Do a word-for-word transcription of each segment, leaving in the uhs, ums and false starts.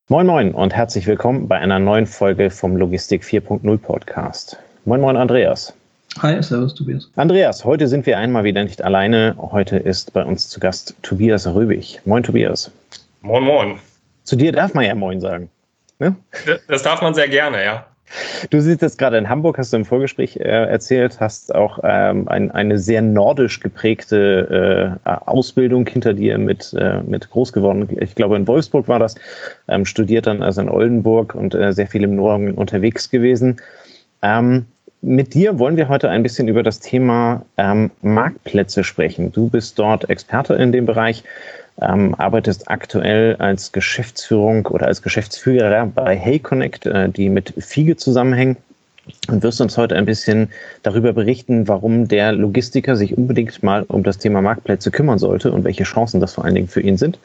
Moin Moin und herzlich willkommen bei einer neuen Folge vom Logistik vier Punkt null Podcast. Moin Moin Andreas. Hi, servus Tobias. Andreas, heute sind wir einmal wieder nicht alleine. Heute ist bei uns zu Gast Tobias Röbig. Moin Tobias. Moin Moin. Zu dir darf man ja Moin sagen. Ne? Das darf man sehr gerne, ja. Du sitzt jetzt gerade in Hamburg, hast du im Vorgespräch äh, erzählt, hast auch ähm, ein, eine sehr nordisch geprägte äh, Ausbildung hinter dir mit, äh, mit groß geworden. Ich glaube, in Wolfsburg war das. Ähm, studiert dann also in Oldenburg und äh, sehr viel im Norden unterwegs gewesen. Ähm, mit dir wollen wir heute ein bisschen über das Thema ähm, Marktplätze sprechen. Du bist dort Experte in dem Bereich. Ähm, arbeitest aktuell als Geschäftsführung oder als Geschäftsführer bei HeyConnect, äh, die mit Fiege zusammenhängen, und wirst uns heute ein bisschen darüber berichten, warum der Logistiker sich unbedingt mal um das Thema Marktplätze kümmern sollte und welche Chancen das vor allen Dingen für ihn sind.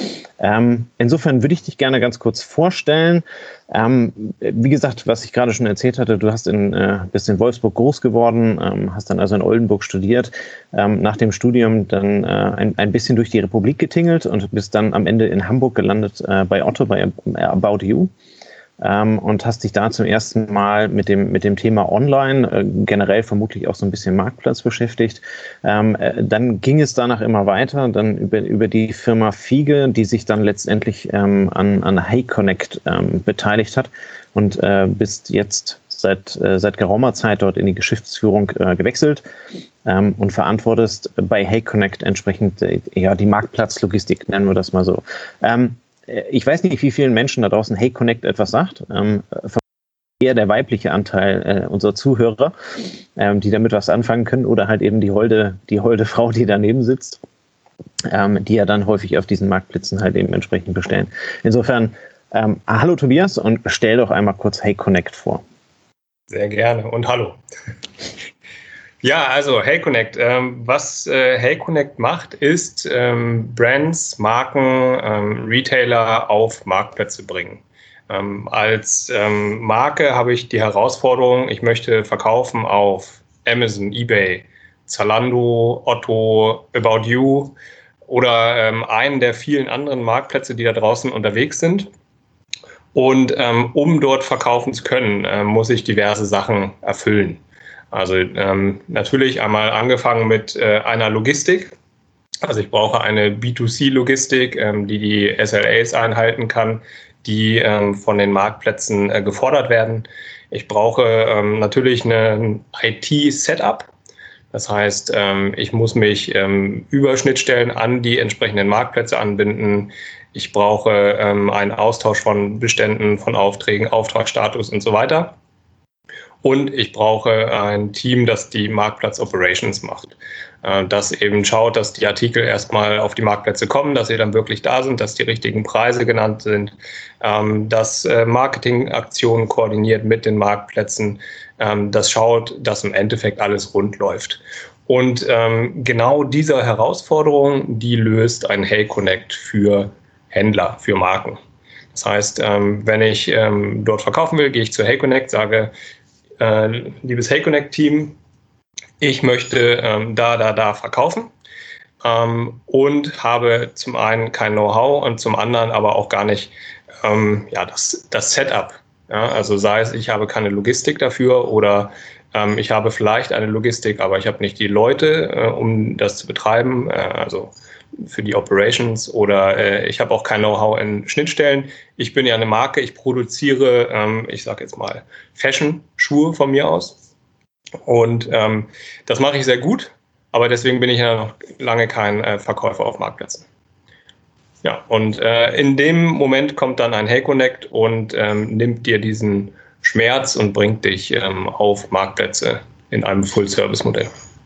Ähm, insofern würde ich dich gerne ganz kurz vorstellen. Ähm, wie gesagt, was ich gerade schon erzählt hatte, du hast in, äh, bist in Wolfsburg groß geworden, ähm, hast dann also in Oldenburg studiert, ähm, nach dem Studium dann äh, ein, ein bisschen durch die Republik getingelt und bist dann am Ende in Hamburg gelandet äh, bei Otto, bei About You. Ähm, und hast dich da zum ersten Mal mit dem, mit dem Thema Online, äh, generell vermutlich auch so ein bisschen Marktplatz beschäftigt. Ähm, äh, dann ging es danach immer weiter, dann über, über die Firma Fiege, die sich dann letztendlich ähm, an, an HeyConnect ähm, beteiligt hat, und äh, bist jetzt seit, äh, seit geraumer Zeit dort in die Geschäftsführung äh, gewechselt ähm, und verantwortest bei HeyConnect entsprechend äh, ja, die Marktplatzlogistik, nennen wir das mal so. Ähm, Ich weiß nicht, wie vielen Menschen da draußen HeyConnect etwas sagt. Ähm, eher der weibliche Anteil äh, unserer Zuhörer, ähm, die damit was anfangen können, oder halt eben die holde, die holde Frau, die daneben sitzt, ähm, die ja dann häufig auf diesen Marktplätzen halt eben entsprechend bestellen. Insofern, ähm, hallo Tobias, und stell doch einmal kurz HeyConnect vor. Sehr gerne und hallo. Ja, also HeyConnect. Ähm, was äh, HeyConnect macht, ist ähm, Brands, Marken, ähm, Retailer auf Marktplätze bringen. Ähm, als ähm, Marke habe ich die Herausforderung, ich möchte verkaufen auf Amazon, eBay, Zalando, Otto, About You oder ähm, einen der vielen anderen Marktplätze, die da draußen unterwegs sind. Und ähm, um dort verkaufen zu können, äh, muss ich diverse Sachen erfüllen. Also ähm, natürlich einmal angefangen mit äh, einer Logistik. Also ich brauche eine B zwei C-Logistik, ähm, die die S L As einhalten kann, die ähm, von den Marktplätzen äh, gefordert werden. Ich brauche ähm, natürlich ein I T-Setup. Das heißt, ähm, ich muss mich ähm, über Schnittstellen an die entsprechenden Marktplätze anbinden. Ich brauche ähm, einen Austausch von Beständen, von Aufträgen, Auftragsstatus und so weiter. Und ich brauche ein Team, das die Marktplatz-Operations macht. Das eben schaut, dass die Artikel erstmal auf die Marktplätze kommen, dass sie dann wirklich da sind, dass die richtigen Preise genannt sind, dass Marketingaktionen koordiniert mit den Marktplätzen, das schaut, dass im Endeffekt alles rund läuft. Und genau diese Herausforderung, die löst ein HeyConnect für Händler, für Marken. Das heißt, wenn ich dort verkaufen will, gehe ich zu HeyConnect, sage, Äh, liebes HeyConnect-Team, ich möchte ähm, da, da, da verkaufen ähm, und habe zum einen kein Know-how und zum anderen aber auch gar nicht ähm, ja, das, das Setup. Ja? Also sei es, ich habe keine Logistik dafür oder ähm, ich habe vielleicht eine Logistik, aber ich habe nicht die Leute, äh, um das zu betreiben, äh, also für die Operations, oder äh, ich habe auch kein Know-how in Schnittstellen. Ich bin ja eine Marke, ich produziere, ähm, ich sage jetzt mal, Fashion-Schuhe von mir aus. Und ähm, das mache ich sehr gut, aber deswegen bin ich ja noch lange kein äh, Verkäufer auf Marktplätzen. Ja, und äh, in dem Moment kommt dann ein HeyConnect und ähm, nimmt dir diesen Schmerz und bringt dich ähm, auf Marktplätze in einem Full-Service-Modell.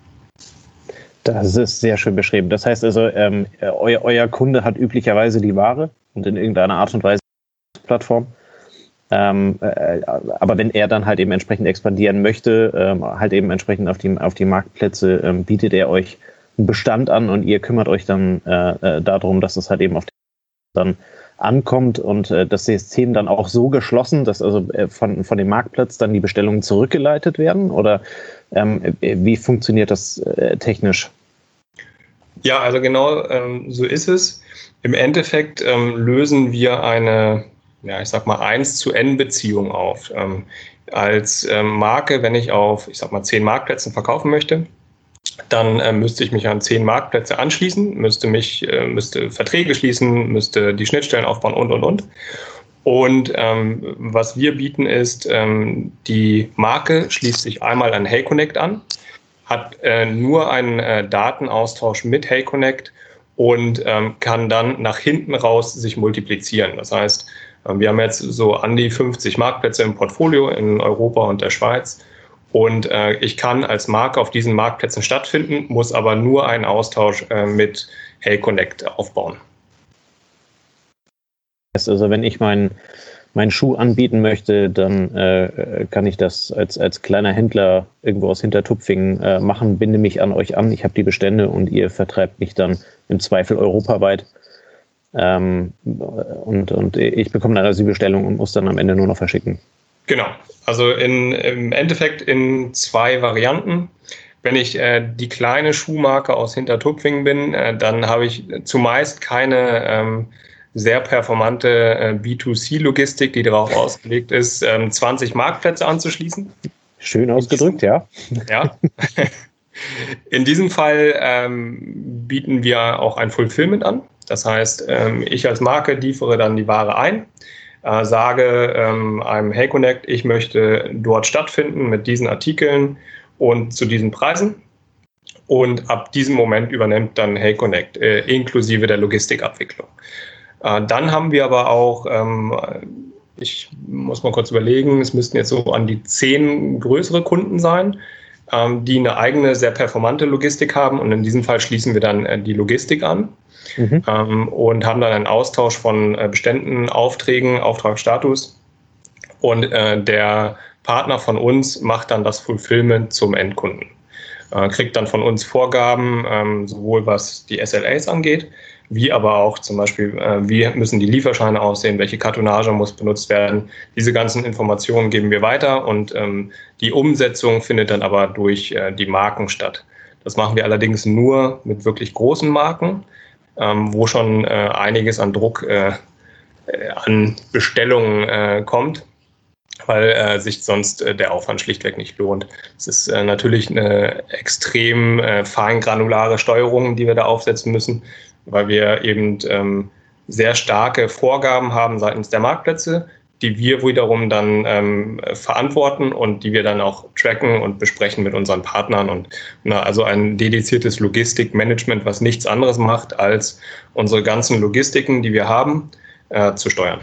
Das ist sehr schön beschrieben. Das heißt also, ähm, euer, euer Kunde hat üblicherweise die Ware und in irgendeiner Art und Weise eine Plattform. Ähm, äh, aber wenn er dann halt eben entsprechend expandieren möchte, ähm, halt eben entsprechend auf die, auf die Marktplätze, ähm, bietet er euch einen Bestand an und ihr kümmert euch dann äh, darum, dass es halt eben auf den dann ankommt und äh, das System dann auch so geschlossen, dass also äh, von, von dem Marktplatz dann die Bestellungen zurückgeleitet werden? Oder ähm, wie funktioniert das äh, technisch? Ja, also genau ähm, so ist es. Im Endeffekt ähm, lösen wir eine ja, ich sag mal, eins zu N Beziehung auf. Ähm, als ähm, Marke, wenn ich auf, ich sag mal, zehn Marktplätzen verkaufen möchte, dann äh, müsste ich mich an zehn Marktplätze anschließen, müsste mich, äh, müsste Verträge schließen, müsste die Schnittstellen aufbauen und, und, und. Und ähm, was wir bieten ist, ähm, die Marke schließt sich einmal an HeyConnect an, hat äh, nur einen äh, Datenaustausch mit HeyConnect und ähm, kann dann nach hinten raus sich multiplizieren. Das heißt, äh, wir haben jetzt so an die fünfzig Marktplätze im Portfolio in Europa und der Schweiz. Und äh, ich kann als Marke auf diesen Marktplätzen stattfinden, muss aber nur einen Austausch äh, mit HeyConnect aufbauen. Also wenn ich meinen meinen Schuh anbieten möchte, dann äh, kann ich das als, als kleiner Händler irgendwo aus Hintertupfingen äh, machen, binde mich an euch an, ich habe die Bestände und ihr vertreibt mich dann im Zweifel europaweit. Ähm, und, und ich bekomme dann also die Bestellung und muss dann am Ende nur noch verschicken. Genau, also in, im Endeffekt in zwei Varianten. Wenn ich äh, die kleine Schuhmarke aus Hintertupfingen bin, äh, dann habe ich zumeist keine ähm, sehr performante äh, B zwei C-Logistik, die darauf ausgelegt ist, ähm, zwanzig Marktplätze anzuschließen. Schön ausgedrückt, ja. Ja. In diesem Fall ähm, bieten wir auch ein Fulfillment an. Das heißt, ähm, ich als Marke liefere dann die Ware ein, äh, sage ähm, einem HeyConnect, ich möchte dort stattfinden mit diesen Artikeln und zu diesen Preisen. Und ab diesem Moment übernimmt dann HeyConnect äh, inklusive der Logistikabwicklung. Dann haben wir aber auch, ähm, ich muss mal kurz überlegen, es müssten jetzt so an die zehn größere Kunden sein, ähm, die eine eigene, sehr performante Logistik haben. Und in diesem Fall schließen wir dann äh, die Logistik an mhm. ähm, und haben dann einen Austausch von äh, Beständen, Aufträgen, Auftragsstatus. Und äh, der Partner von uns macht dann das Fulfillment zum Endkunden. Äh, kriegt dann von uns Vorgaben, ähm, sowohl was die S L As angeht, wie aber auch zum Beispiel, äh, wie müssen die Lieferscheine aussehen, welche Kartonage muss benutzt werden. Diese ganzen Informationen geben wir weiter und ähm, die Umsetzung findet dann aber durch äh, die Marken statt. Das machen wir allerdings nur mit wirklich großen Marken, ähm, wo schon äh, einiges an Druck, äh, an Bestellungen äh, kommt, weil äh, sich sonst äh, der Aufwand schlichtweg nicht lohnt. Es ist äh, natürlich eine extrem äh, feingranulare Steuerung, die wir da aufsetzen müssen, weil wir eben ähm, sehr starke Vorgaben haben seitens der Marktplätze, die wir wiederum dann ähm, verantworten und die wir dann auch tracken und besprechen mit unseren Partnern. Und na, also ein dediziertes Logistikmanagement, was nichts anderes macht, als unsere ganzen Logistiken, die wir haben, äh, zu steuern.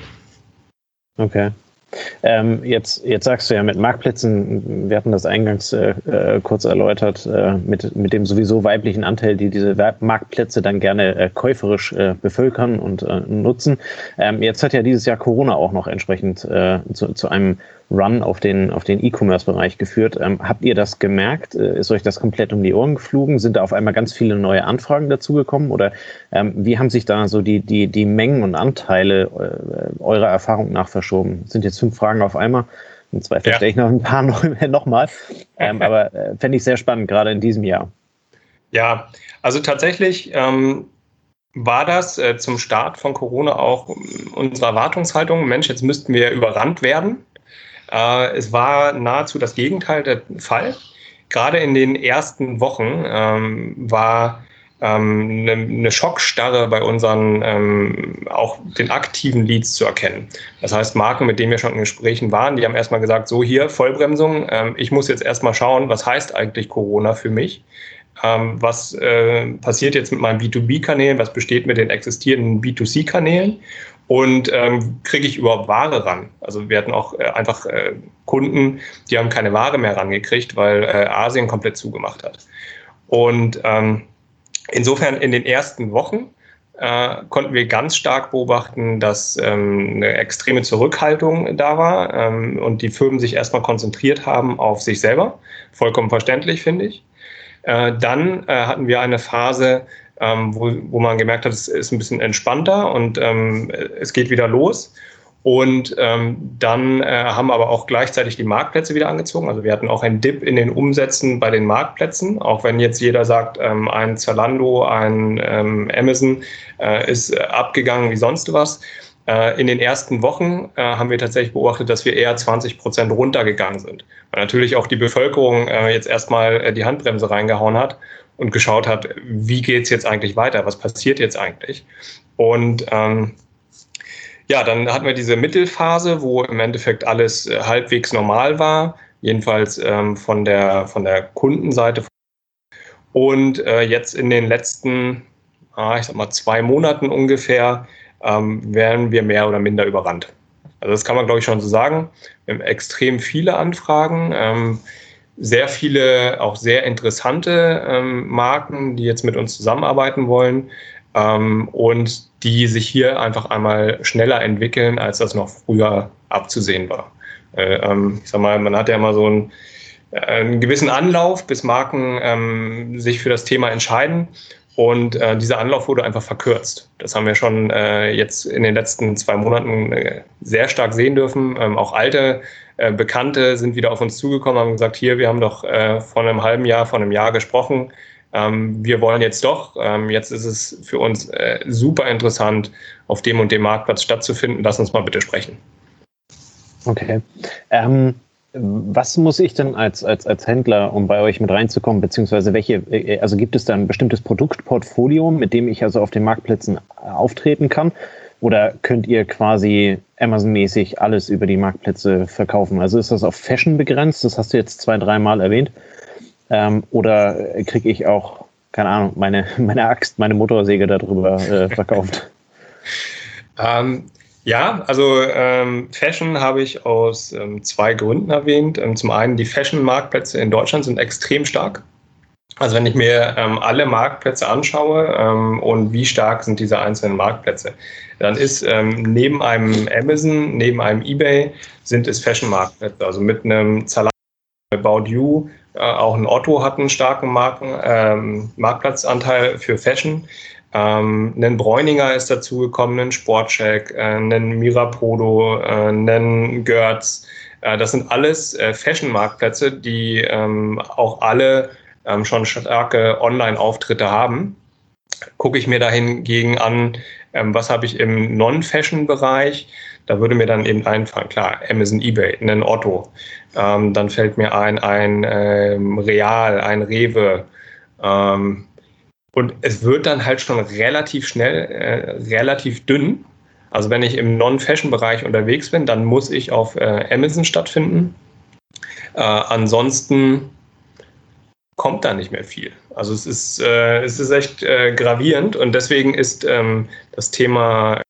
Okay. Ähm, jetzt, jetzt sagst du ja mit Marktplätzen, wir hatten das eingangs äh, kurz erläutert, äh, mit, mit dem sowieso weiblichen Anteil, die diese Marktplätze dann gerne äh, käuferisch äh, bevölkern und äh, nutzen. Ähm, jetzt hat ja dieses Jahr Corona auch noch entsprechend äh, zu, zu einem Run auf den, auf den E-Commerce-Bereich geführt. Ähm, habt ihr das gemerkt? Äh, ist euch das komplett um die Ohren geflogen? Sind da auf einmal ganz viele neue Anfragen dazugekommen? Oder ähm, wie haben sich da so die, die, die Mengen und Anteile äh, eurer Erfahrung nach verschoben? Sind jetzt fünf Fragen auf einmal. Im Zweifel ja. stelle ich noch ein paar nochmal. Ähm, aber äh, fände ich sehr spannend, gerade in diesem Jahr. Ja, also tatsächlich ähm, war das äh, zum Start von Corona auch unsere Erwartungshaltung. Mensch, jetzt müssten wir überrannt werden. Äh, es war nahezu das Gegenteil der Fall. Gerade in den ersten Wochen ähm, war ähm, eine, eine Schockstarre bei unseren ähm, auch den aktiven Leads zu erkennen. Das heißt, Marken, mit denen wir schon in Gesprächen waren, die haben erstmal gesagt, so hier, Vollbremsung, ähm, ich muss jetzt erstmal schauen, was heißt eigentlich Corona für mich? Ähm, was äh, passiert jetzt mit meinen B zwei B-Kanälen? Was besteht mit den existierenden B zwei C-Kanälen? Und ähm, kriege ich überhaupt Ware ran? Also wir hatten auch äh, einfach äh, Kunden, die haben keine Ware mehr rangekriegt, weil äh, Asien komplett zugemacht hat. Und ähm, insofern in den ersten Wochen äh, konnten wir ganz stark beobachten, dass ähm, eine extreme Zurückhaltung da war ähm, und die Firmen sich erstmal konzentriert haben auf sich selber. Vollkommen verständlich, finde ich. Äh, dann äh, hatten wir eine Phase, ähm, wo, wo man gemerkt hat, es ist ein bisschen entspannter und ähm, es geht wieder los. Und ähm, dann äh, haben aber auch gleichzeitig die Marktplätze wieder angezogen. Also wir hatten auch einen Dip in den Umsätzen bei den Marktplätzen. Auch wenn jetzt jeder sagt, ähm, ein Zalando, ein ähm, Amazon äh, ist äh, abgegangen wie sonst was. In den ersten Wochen äh, haben wir tatsächlich beobachtet, dass wir eher zwanzig Prozent runtergegangen sind. Weil natürlich auch die Bevölkerung äh, jetzt erstmal äh, die Handbremse reingehauen hat und geschaut hat, wie geht es jetzt eigentlich weiter, was passiert jetzt eigentlich. Und ähm, ja, dann hatten wir diese Mittelphase, wo im Endeffekt alles äh, halbwegs normal war, jedenfalls ähm, von der, von der Kundenseite. Und äh, jetzt in den letzten, ah, ich sag mal, zwei Monaten ungefähr, ähm, werden wir mehr oder minder überrannt. Also das kann man, glaube ich, schon so sagen. Wir haben extrem viele Anfragen, ähm, sehr viele, auch sehr interessante ähm, Marken, die jetzt mit uns zusammenarbeiten wollen ähm, und die sich hier einfach einmal schneller entwickeln, als das noch früher abzusehen war. Äh, ähm, ich sag mal, man hat ja immer so einen, äh, einen gewissen Anlauf, bis Marken ähm, sich für das Thema entscheiden. Und äh, dieser Anlauf wurde einfach verkürzt. Das haben wir schon äh, jetzt in den letzten zwei Monaten äh, sehr stark sehen dürfen. Ähm, auch alte äh, Bekannte sind wieder auf uns zugekommen, haben gesagt, hier, wir haben doch äh, vor einem halben Jahr, vor einem Jahr gesprochen. Ähm, wir wollen jetzt doch. Ähm, jetzt ist es für uns äh, super interessant, auf dem und dem Marktplatz stattzufinden. Lass uns mal bitte sprechen. Okay. Ähm Was muss ich denn als, als, als Händler, um bei euch mit reinzukommen, beziehungsweise welche, also gibt es da ein bestimmtes Produktportfolio, mit dem ich also auf den Marktplätzen auftreten kann? Oder könnt ihr quasi Amazon-mäßig alles über die Marktplätze verkaufen? Also ist das auf Fashion begrenzt? Das hast du jetzt zwei, dreimal erwähnt. Ähm, oder kriege ich auch, keine Ahnung, meine, meine Axt, meine Motorsäge darüber äh, verkauft? ähm. Ja, also ähm, Fashion habe ich aus ähm, zwei Gründen erwähnt. Ähm, zum einen, die Fashion-Marktplätze in Deutschland sind extrem stark. Also wenn ich mir ähm, alle Marktplätze anschaue ähm, und wie stark sind diese einzelnen Marktplätze, dann ist ähm, neben einem Amazon, neben einem eBay, sind es Fashion-Marktplätze. Also mit einem Zalando, About You, äh, auch ein Otto hat einen starken Marken, ähm, Marktplatzanteil für Fashion. Ähm, ein Bräuninger ist dazugekommen, ein Sportcheck, äh, ein Mirapodo, äh, ein Görz. Äh, das sind alles äh, Fashion-Marktplätze, die ähm, auch alle ähm, schon starke Online-Auftritte haben. Gucke ich mir da hingegen an, ähm, was habe ich im Non-Fashion-Bereich, da würde mir dann eben einfallen, klar, Amazon, eBay, ein Otto. Ähm, dann fällt mir ein, ein ähm, Real, ein Rewe, ähm, und es wird dann halt schon relativ schnell, äh, relativ dünn. Also wenn ich im Non-Fashion-Bereich unterwegs bin, dann muss ich auf äh, Amazon stattfinden. Äh, ansonsten kommt da nicht mehr viel. Also es ist, äh, es ist echt äh, gravierend und deswegen ist ähm, das Thema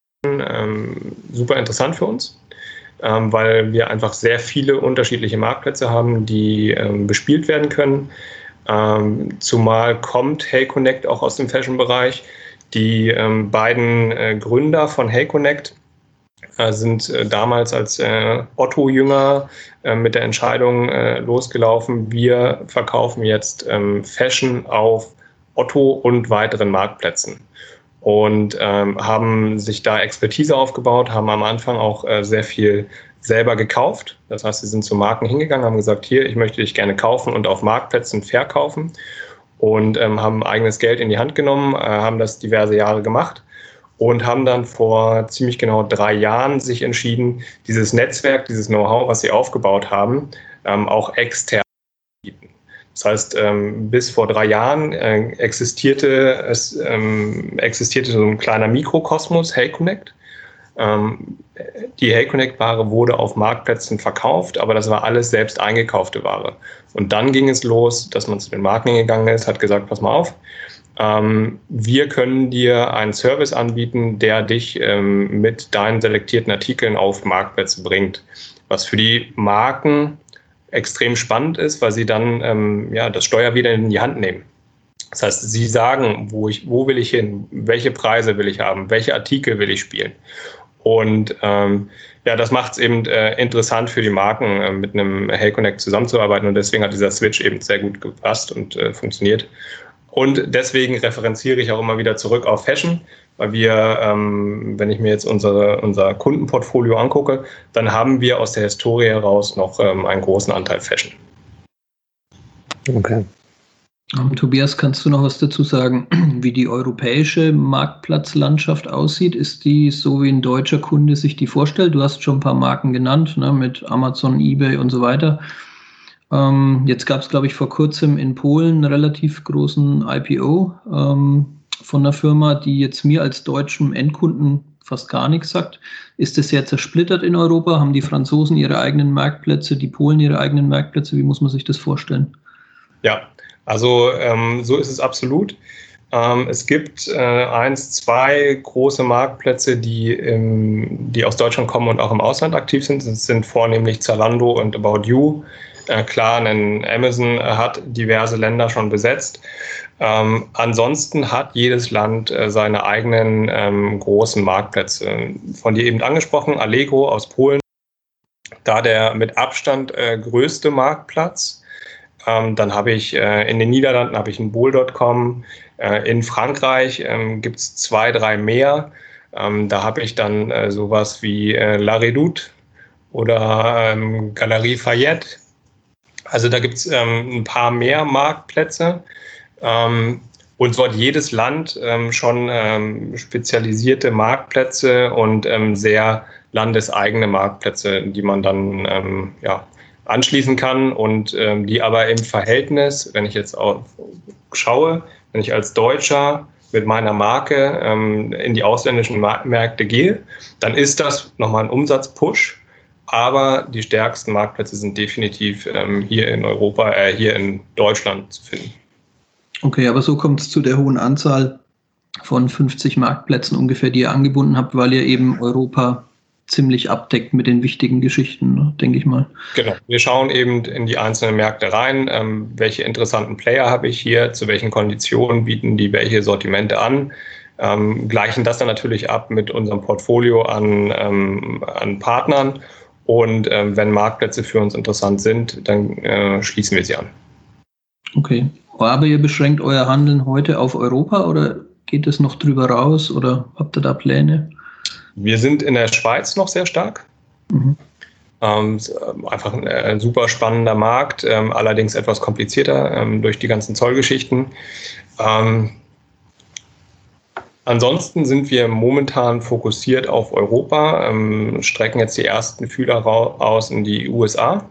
ähm, super interessant für uns, ähm, weil wir einfach sehr viele unterschiedliche Marktplätze haben, die ähm, bespielt werden können. Ähm, zumal kommt HeyConnect auch aus dem Fashion-Bereich. Die ähm, beiden äh, Gründer von HeyConnect äh, sind äh, damals als äh, Otto-Jünger äh, mit der Entscheidung äh, losgelaufen, wir verkaufen jetzt ähm, Fashion auf Otto und weiteren Marktplätzen. Und ähm, haben sich da Expertise aufgebaut, haben am Anfang auch äh, sehr viel selber gekauft. Das heißt, sie sind zu Marken hingegangen, haben gesagt, hier, ich möchte dich gerne kaufen und auf Marktplätzen verkaufen und ähm, haben eigenes Geld in die Hand genommen, äh, haben das diverse Jahre gemacht und haben dann vor ziemlich genau drei Jahren sich entschieden, dieses Netzwerk, dieses Know-how, was sie aufgebaut haben, ähm, auch extern zu bieten. Das heißt, ähm, bis vor drei Jahren äh, existierte, es, ähm, existierte so ein kleiner Mikrokosmos, HeyConnect. Ähm, die HeyConnect-Ware wurde auf Marktplätzen verkauft, aber das war alles selbst eingekaufte Ware. Und dann ging es los, dass man zu den Marken hingegangen ist, hat gesagt, pass mal auf, ähm, wir können dir einen Service anbieten, der dich ähm, mit deinen selektierten Artikeln auf Marktplätze bringt. Was für die Marken extrem spannend ist, weil sie dann ähm, ja, das Steuer wieder in die Hand nehmen. Das heißt, sie sagen, wo, ich, wo will ich hin, welche Preise will ich haben, welche Artikel will ich spielen. Und ähm, ja, das macht es eben äh, interessant für die Marken, äh, mit einem HeyConnect zusammenzuarbeiten. Und deswegen hat dieser Switch eben sehr gut gepasst und äh, funktioniert. Und deswegen referenziere ich auch immer wieder zurück auf Fashion, weil wir, ähm, wenn ich mir jetzt unsere, unser Kundenportfolio angucke, dann haben wir aus der Historie heraus noch ähm, einen großen Anteil Fashion. Okay. Ähm, Tobias, kannst du noch was dazu sagen, wie die europäische Marktplatzlandschaft aussieht? Ist die so, wie ein deutscher Kunde sich die vorstellt? Du hast schon ein paar Marken genannt, ne, mit Amazon, eBay und so weiter. Ähm, jetzt gab es, glaube ich, vor kurzem in Polen einen relativ großen I P O ähm, von einer Firma, die jetzt mir als deutschem Endkunden fast gar nichts sagt. Ist das sehr zersplittert in Europa? Haben die Franzosen ihre eigenen Marktplätze, die Polen ihre eigenen Marktplätze? Wie muss man sich das vorstellen? Ja, also ähm, so ist es absolut. Ähm, es gibt äh, eins, zwei große Marktplätze, die, im, die aus Deutschland kommen und auch im Ausland aktiv sind. Das sind vornehmlich Zalando und About You. Äh, klar, ein Amazon hat diverse Länder schon besetzt. Ähm, ansonsten hat jedes Land äh, seine eigenen ähm, großen Marktplätze. Von dir eben angesprochen, Allegro aus Polen, da der mit Abstand äh, größte Marktplatz. Ähm, dann habe ich äh, in den Niederlanden habe ich ein Bol Punkt com, äh, in Frankreich ähm, gibt es zwei, drei mehr. Ähm, da habe ich dann äh, sowas wie äh, La Redoute oder ähm, Galerie Fayette. Also da gibt es ähm, ein paar mehr Marktplätze. Ähm, und so hat jedes Land ähm, schon ähm, spezialisierte Marktplätze und ähm, sehr landeseigene Marktplätze, die man dann ähm, ja, anschließen kann und ähm, die aber im Verhältnis, wenn ich jetzt auch schaue, wenn ich als Deutscher mit meiner Marke ähm, in die ausländischen Märkte gehe, dann ist das nochmal ein Umsatzpush. Aber die stärksten Marktplätze sind definitiv ähm, hier in Europa, äh, hier in Deutschland zu finden. Okay, aber so kommt es zu der hohen Anzahl von fünfzig Marktplätzen ungefähr, die ihr angebunden habt, weil ihr eben Europa ziemlich abdeckt mit den wichtigen Geschichten, ne, denke ich mal. Genau, wir schauen eben in die einzelnen Märkte rein, ähm, welche interessanten Player habe ich hier, zu welchen Konditionen bieten die welche Sortimente an, ähm, gleichen das dann natürlich ab mit unserem Portfolio an, ähm, an Partnern und ähm, wenn Marktplätze für uns interessant sind, dann äh, schließen wir sie an. Okay, aber ihr beschränkt euer Handeln heute auf Europa oder geht es noch drüber raus oder habt ihr da Pläne? Wir sind in der Schweiz noch sehr stark. Mhm. Ähm, einfach ein, ein super spannender Markt, ähm, allerdings etwas komplizierter ähm, durch die ganzen Zollgeschichten. Ähm, ansonsten sind wir momentan fokussiert auf Europa, ähm, strecken jetzt die ersten Fühler raus in die U S A.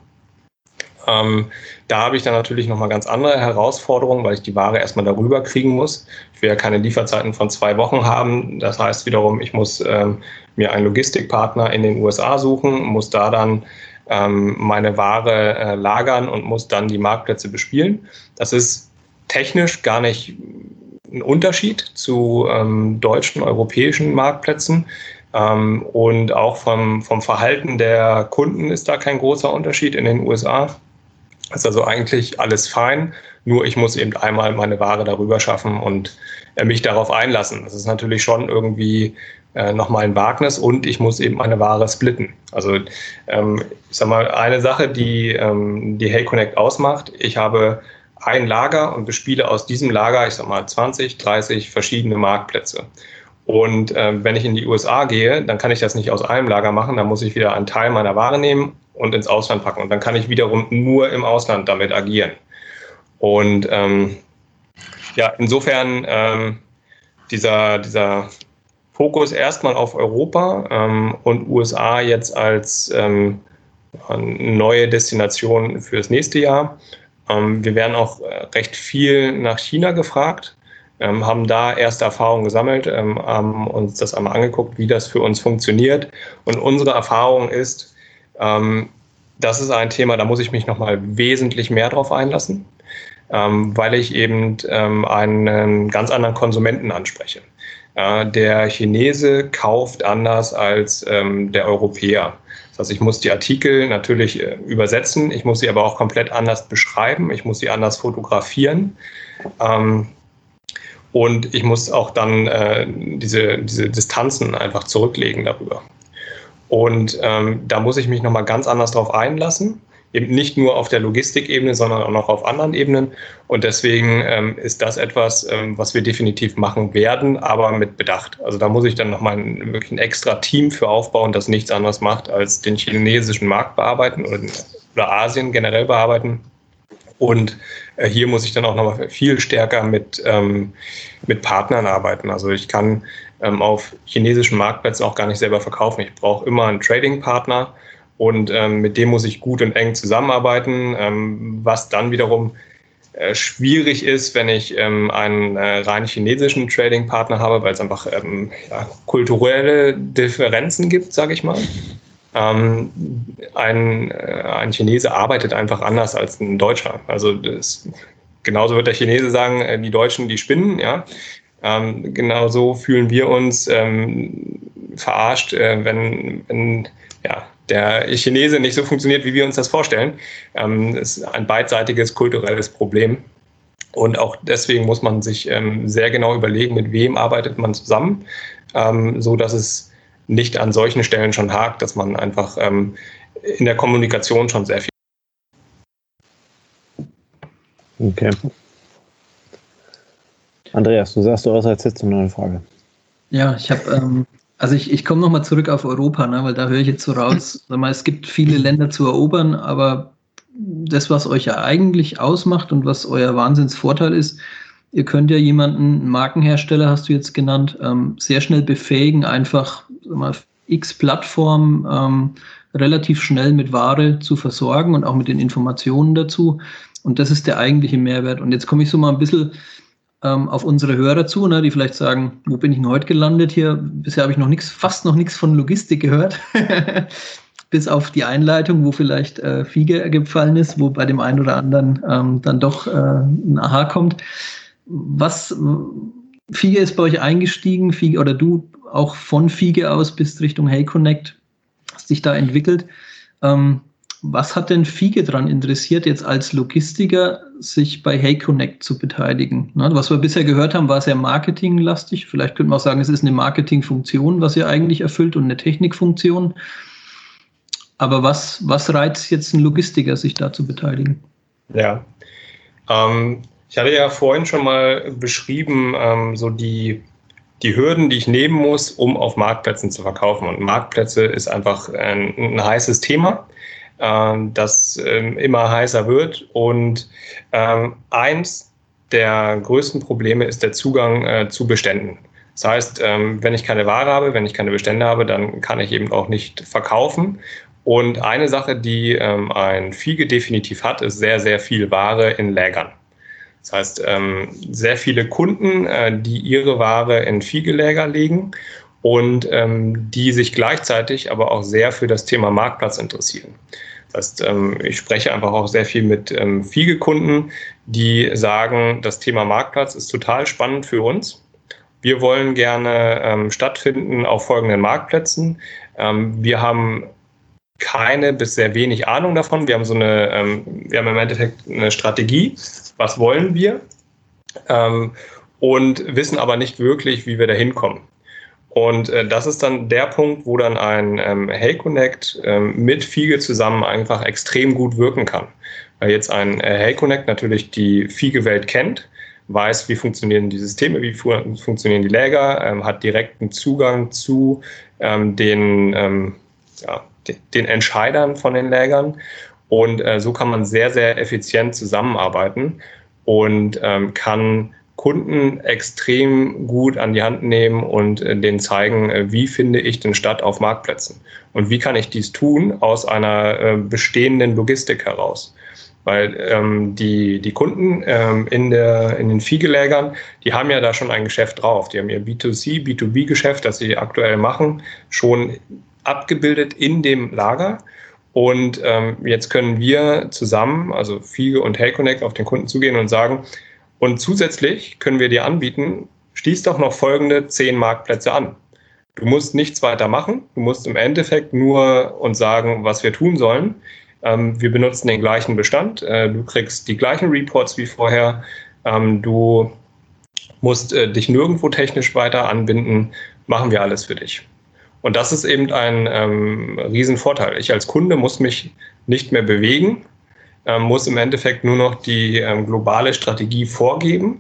Ähm, da habe ich dann natürlich nochmal ganz andere Herausforderungen, weil ich die Ware erstmal darüber kriegen muss. Ich will ja keine Lieferzeiten von zwei Wochen haben. Das heißt wiederum, ich muss ähm, mir einen Logistikpartner in den U S A suchen, muss da dann ähm, meine Ware äh, lagern und muss dann die Marktplätze bespielen. Das ist technisch gar nicht ein Unterschied zu ähm, deutschen, europäischen Marktplätzen. Ähm, und auch vom, vom Verhalten der Kunden ist da kein großer Unterschied in den U S A. Ist also eigentlich alles fein, nur ich muss eben einmal meine Ware darüber schaffen und äh, mich darauf einlassen. Das ist natürlich schon irgendwie äh, nochmal ein Wagnis und ich muss eben meine Ware splitten. Also ähm, ich sag mal, eine Sache, die ähm, die HeyConnect ausmacht, ich habe ein Lager und bespiele aus diesem Lager, ich sag mal, zwanzig, dreißig verschiedene Marktplätze. Und äh, wenn ich in die U S A gehe, dann kann ich das nicht aus einem Lager machen, dann muss ich wieder einen Teil meiner Ware nehmen und ins Ausland packen. Und dann kann ich wiederum nur im Ausland damit agieren. Und ähm, ja, insofern ähm, dieser, dieser Fokus erstmal auf Europa ähm, und U S A jetzt als ähm, neue Destination für das nächste Jahr. Ähm, wir werden auch recht viel nach China gefragt. Ähm, haben da erste Erfahrungen gesammelt, ähm, haben uns das einmal angeguckt, wie das für uns funktioniert. Und unsere Erfahrung ist, ähm, das ist ein Thema, da muss ich mich nochmal wesentlich mehr drauf einlassen, ähm, weil ich eben ähm, einen ganz anderen Konsumenten anspreche. Äh, der Chinese kauft anders als ähm, der Europäer. Das heißt, ich muss die Artikel natürlich äh, übersetzen, ich muss sie aber auch komplett anders beschreiben, ich muss sie anders fotografieren. Ähm, Und ich muss auch dann äh, diese, diese Distanzen einfach zurücklegen darüber. Und ähm, da muss ich mich nochmal ganz anders drauf einlassen. Eben nicht nur auf der Logistikebene, sondern auch noch auf anderen Ebenen. Und deswegen ähm, ist das etwas, ähm, was wir definitiv machen werden, aber mit Bedacht. Also da muss ich dann nochmal ein, wirklich ein extra Team für aufbauen, das nichts anderes macht, als den chinesischen Markt bearbeiten oder, oder Asien generell bearbeiten. Und äh, hier muss ich dann auch nochmal viel stärker mit, ähm, mit Partnern arbeiten. Also ich kann ähm, auf chinesischen Marktplätzen auch gar nicht selber verkaufen. Ich brauche immer einen Trading-Partner und ähm, mit dem muss ich gut und eng zusammenarbeiten, ähm, was dann wiederum äh, schwierig ist, wenn ich ähm, einen äh, rein chinesischen Trading-Partner habe, weil es einfach ähm, ja, kulturelle Differenzen gibt, sage ich mal. Ähm, ein, äh, ein Chinese arbeitet einfach anders als ein Deutscher. Also das, genauso wird der Chinese sagen, äh, die Deutschen, die spinnen. Ja? Ähm, genauso fühlen wir uns ähm, verarscht, äh, wenn, wenn ja, der Chinese nicht so funktioniert, wie wir uns das vorstellen. Ähm, das ist ein beidseitiges kulturelles Problem. Und auch deswegen muss man sich ähm, sehr genau überlegen, mit wem arbeitet man zusammen, ähm, so dass es nicht an solchen Stellen schon hakt, dass man einfach ähm, in der Kommunikation schon sehr viel. Okay. Andreas, du sagst, du hast als letzte noch eine Frage. Ja, ich habe, ähm, also ich, ich komme nochmal zurück auf Europa, ne, weil da höre ich jetzt so raus, sag mal, es gibt viele Länder zu erobern, aber das, was euch ja eigentlich ausmacht und was euer Wahnsinnsvorteil ist, ihr könnt ja jemanden, Markenhersteller hast du jetzt genannt, ähm, sehr schnell befähigen, einfach sag mal, x Plattformen ähm, relativ schnell mit Ware zu versorgen und auch mit den Informationen dazu. Und das ist der eigentliche Mehrwert. Und jetzt komme ich so mal ein bisschen ähm, auf unsere Hörer zu, ne, die vielleicht sagen, wo bin ich denn heute gelandet hier? Bisher habe ich noch nichts, fast noch nichts von Logistik gehört. Bis auf die Einleitung, wo vielleicht äh, Fiege gefallen ist, wo bei dem einen oder anderen ähm, dann doch äh, ein Aha kommt. Was, Fiege ist bei euch eingestiegen, Fiege, oder du auch von Fiege aus bist Richtung HeyConnect, hast dich da entwickelt. Ähm, was hat denn Fiege daran interessiert, jetzt als Logistiker sich bei HeyConnect zu beteiligen? Ne, was wir bisher gehört haben, war sehr marketinglastig. Vielleicht könnte man auch sagen, es ist eine Marketingfunktion, was ihr eigentlich erfüllt, und eine Technikfunktion. Aber was, was reizt jetzt einen Logistiker, sich da zu beteiligen? Ja, ähm, ich hatte ja vorhin schon mal beschrieben, ähm, so die, die Hürden, die ich nehmen muss, um auf Marktplätzen zu verkaufen. Und Marktplätze ist einfach ein, ein heißes Thema, ähm, das ähm, immer heißer wird. Und ähm, eins der größten Probleme ist der Zugang äh, zu Beständen. Das heißt, ähm, wenn ich keine Ware habe, wenn ich keine Bestände habe, dann kann ich eben auch nicht verkaufen. Und eine Sache, die ähm, ein Fiege definitiv hat, ist sehr, sehr viel Ware in Lägern. Das heißt, ähm, sehr viele Kunden, äh, die ihre Ware in Fiege-Läger legen und ähm, die sich gleichzeitig aber auch sehr für das Thema Marktplatz interessieren. Das heißt, ähm, ich spreche einfach auch sehr viel mit ähm, Fiege-Kunden, die sagen, das Thema Marktplatz ist total spannend für uns. Wir wollen gerne ähm, stattfinden auf folgenden Marktplätzen. Ähm, wir haben keine bis sehr wenig Ahnung davon. Wir haben so eine, ähm, wir haben im Endeffekt eine Strategie. Was wollen wir? Ähm, und wissen aber nicht wirklich, wie wir da hinkommen. Und äh, das ist dann der Punkt, wo dann ein ähm, HeyConnect ähm, mit Fiege zusammen einfach extrem gut wirken kann. Weil jetzt ein äh, HeyConnect natürlich die Fiege-Welt kennt, weiß, wie funktionieren die Systeme, wie fu- funktionieren die Läger, ähm, hat direkten Zugang zu ähm, den ähm, ja, den Entscheidern von den Lägern, und äh, so kann man sehr, sehr effizient zusammenarbeiten und ähm, kann Kunden extrem gut an die Hand nehmen und äh, denen zeigen, äh, wie finde ich denn statt auf Marktplätzen und wie kann ich dies tun aus einer äh, bestehenden Logistik heraus. Weil ähm, die, die Kunden ähm, in, der, in den Fiege-Lägern, die haben ja da schon ein Geschäft drauf. Die haben ihr B zwei C, B zwei B-Geschäft, das sie aktuell machen, schon abgebildet in dem Lager, und ähm, jetzt können wir zusammen, also Fiege und HeyConnect, auf den Kunden zugehen und sagen, und zusätzlich können wir dir anbieten, schließ doch noch folgende zehn Marktplätze an. Du musst nichts weiter machen, du musst im Endeffekt nur uns sagen, was wir tun sollen. Ähm, wir benutzen den gleichen Bestand, äh, du kriegst die gleichen Reports wie vorher, ähm, du musst äh, dich nirgendwo technisch weiter anbinden, machen wir alles für dich. Und das ist eben ein ähm, Riesenvorteil. Ich als Kunde muss mich nicht mehr bewegen, ähm, muss im Endeffekt nur noch die ähm, globale Strategie vorgeben,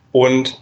und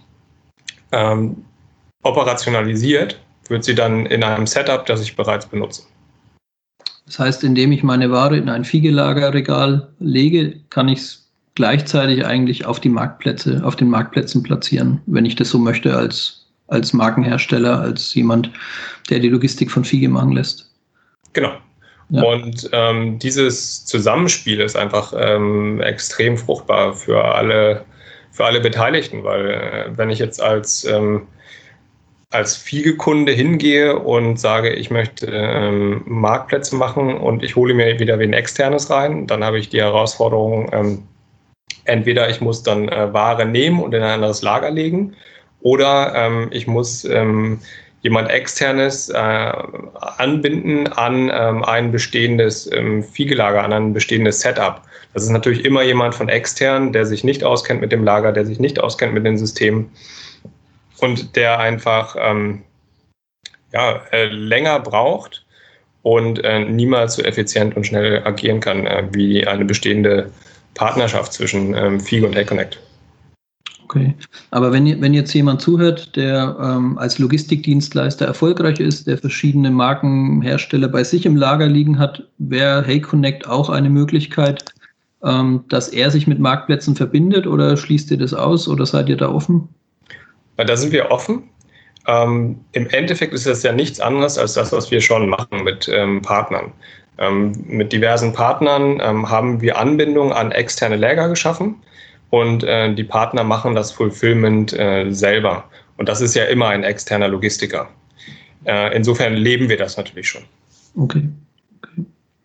ähm, operationalisiert wird sie dann in einem Setup, das ich bereits benutze. Das heißt, indem ich meine Ware in ein Fiege-Lagerregal lege, kann ich es gleichzeitig eigentlich auf die Marktplätze, auf den Marktplätzen platzieren, wenn ich das so möchte als, als Markenhersteller, als jemand, der die Logistik von Fiege machen lässt. Genau. Ja. Und ähm, dieses Zusammenspiel ist einfach ähm, extrem fruchtbar für alle, für alle Beteiligten, weil äh, wenn ich jetzt als, ähm, als Fiege-Kunde hingehe und sage, ich möchte ähm, Marktplätze machen und ich hole mir wieder wen Externes rein, dann habe ich die Herausforderung, ähm, entweder ich muss dann äh, Ware nehmen und in ein anderes Lager legen oder ähm, ich muss ähm, jemand Externes äh, anbinden an ähm, ein bestehendes ähm, Fiegelager, an ein bestehendes Setup. Das ist natürlich immer jemand von extern, der sich nicht auskennt mit dem Lager, der sich nicht auskennt mit den Systemen und der einfach ähm, ja, äh, länger braucht und äh, niemals so effizient und schnell agieren kann äh, wie eine bestehende Partnerschaft zwischen ähm, Fiege und Heyconnect. Okay, aber wenn, wenn jetzt jemand zuhört, der ähm, als Logistikdienstleister erfolgreich ist, der verschiedene Markenhersteller bei sich im Lager liegen hat, wäre Heyconnect auch eine Möglichkeit, ähm, dass er sich mit Marktplätzen verbindet, oder schließt ihr das aus oder seid ihr da offen? Da sind wir offen. Ähm, Im Endeffekt ist das ja nichts anderes als das, was wir schon machen mit ähm, Partnern. Ähm, mit diversen Partnern ähm, haben wir Anbindungen an externe Lager geschaffen. Und äh, die Partner machen das Fulfillment äh, selber. Und das ist ja immer ein externer Logistiker. Äh, insofern leben wir das natürlich schon. Okay. okay.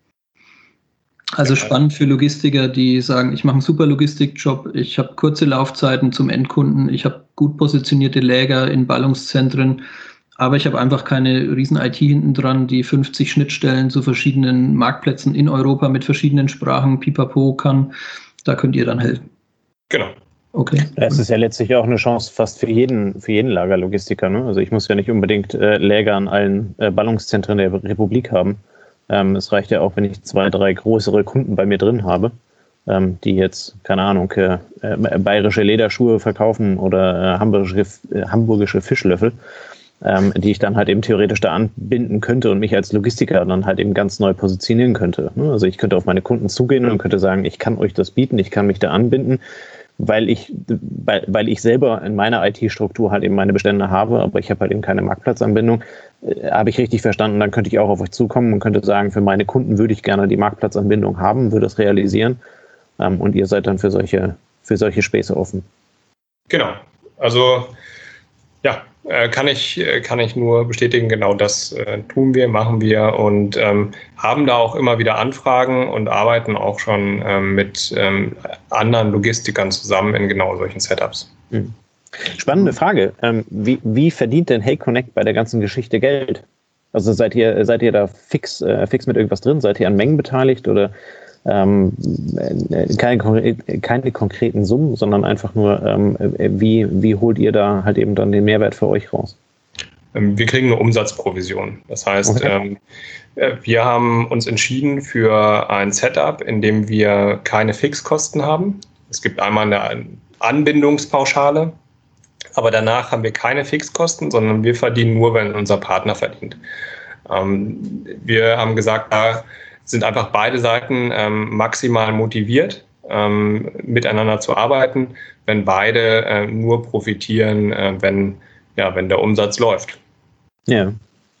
Also spannend für Logistiker, die sagen, ich mache einen super Logistikjob, ich habe kurze Laufzeiten zum Endkunden, ich habe gut positionierte Lager in Ballungszentren, aber ich habe einfach keine riesen I T hinten dran, die fünfzig Schnittstellen zu verschiedenen Marktplätzen in Europa mit verschiedenen Sprachen pipapo kann. Da könnt ihr dann helfen. Genau. Okay. Das ist ja letztlich auch eine Chance fast für jeden, für jeden Lagerlogistiker. Ne? Also ich muss ja nicht unbedingt äh, Lager an allen äh, Ballungszentren der Republik haben. Ähm, es reicht ja auch, wenn ich zwei, drei größere Kunden bei mir drin habe, ähm, die jetzt, keine Ahnung, äh, äh, bayerische Lederschuhe verkaufen oder äh, hamburgische, äh, hamburgische Fischlöffel, ähm, die ich dann halt eben theoretisch da anbinden könnte und mich als Logistiker dann halt eben ganz neu positionieren könnte. Ne? Also ich könnte auf meine Kunden zugehen und könnte sagen, ich kann euch das bieten, ich kann mich da anbinden, weil ich, weil, weil ich selber in meiner I T-Struktur halt eben meine Bestände habe, aber ich habe halt eben keine Marktplatzanbindung. Äh, habe ich richtig verstanden, dann könnte ich auch auf euch zukommen und könnte sagen, für meine Kunden würde ich gerne die Marktplatzanbindung haben, würde es realisieren, ähm, und ihr seid dann für solche, für solche Späße offen. Genau, also ja, äh, kann ich, äh, kann ich nur bestätigen, genau das äh, tun wir, machen wir und ähm, haben da auch immer wieder Anfragen und arbeiten auch schon ähm, mit ähm, anderen Logistikern zusammen in genau solchen Setups. Mhm. Spannende Frage. Ähm, wie, wie verdient denn Heyconnect bei der ganzen Geschichte Geld? Also seid ihr, seid ihr da fix, äh, fix mit irgendwas drin? Seid ihr an Mengen beteiligt oder ähm, keine, keine konkreten Summen, sondern einfach nur, ähm, wie, wie holt ihr da halt eben dann den Mehrwert für euch raus? Wir kriegen eine Umsatzprovision. Das heißt, okay. ähm, wir haben uns entschieden für ein Setup, in dem wir keine Fixkosten haben. Es gibt einmal eine Anbindungspauschale, aber danach haben wir keine Fixkosten, sondern wir verdienen nur, wenn unser Partner verdient. Ähm, wir haben gesagt, da sind einfach beide Seiten ähm, maximal motiviert, ähm, miteinander zu arbeiten, wenn beide äh, nur profitieren, äh, wenn, ja, wenn der Umsatz läuft. Ja.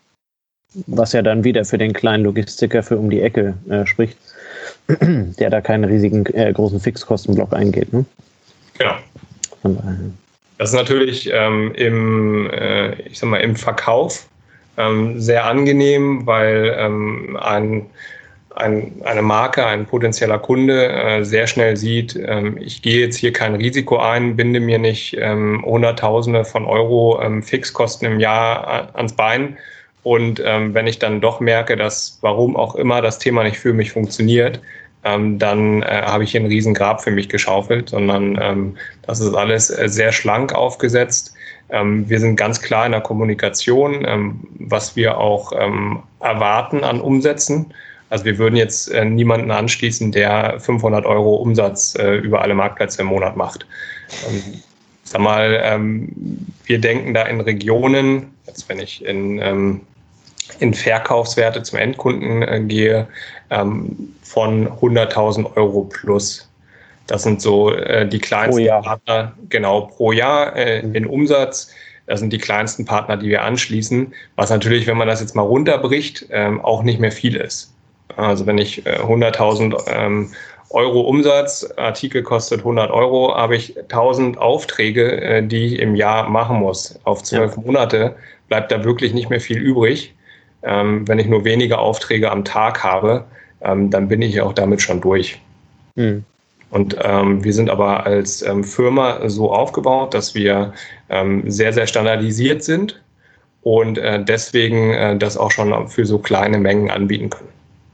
Was ja dann wieder für den kleinen Logistiker für um die Ecke äh, spricht, der da keinen riesigen äh, großen Fixkostenblock eingeht. Ne? Genau. Von daher. Das ist natürlich ähm, im, äh, ich sag mal, im Verkauf ähm, sehr angenehm, weil ähm, ein Ein, eine Marke, ein potenzieller Kunde äh, sehr schnell sieht, ähm, ich gehe jetzt hier kein Risiko ein, binde mir nicht ähm, Hunderttausende von Euro ähm, Fixkosten im Jahr ans Bein. Und ähm, wenn ich dann doch merke, dass warum auch immer das Thema nicht für mich funktioniert, ähm, dann äh, habe ich hier einen riesen Grab für mich geschaufelt, sondern ähm, das ist alles äh, sehr schlank aufgesetzt. Ähm, wir sind ganz klar in der Kommunikation, ähm, was wir auch ähm, erwarten an Umsätzen. Also wir würden jetzt äh, niemanden anschließen, der fünfhundert Euro Umsatz äh, über alle Marktplätze im Monat macht. Ähm, sag mal, ähm, wir denken da in Regionen, jetzt wenn ich in, ähm, in Verkaufswerte zum Endkunden äh, gehe, ähm, von hunderttausend Euro plus. Das sind so äh, die kleinsten Partner, genau, pro Jahr äh, in Umsatz. Das sind die kleinsten Partner, die wir anschließen, was natürlich, wenn man das jetzt mal runterbricht, ähm, auch nicht mehr viel ist. Also wenn ich äh, hunderttausend ähm, Euro Umsatz, Artikel kostet hundert Euro, habe ich tausend Aufträge, äh, die ich im Jahr machen muss. Auf zwölf ja. Monate bleibt da wirklich nicht mehr viel übrig. Ähm, wenn ich nur wenige Aufträge am Tag habe, ähm, dann bin ich auch damit schon durch. Mhm. Und ähm, wir sind aber als ähm, Firma so aufgebaut, dass wir ähm, sehr, sehr standardisiert sind und äh, deswegen äh, das auch schon für so kleine Mengen anbieten können.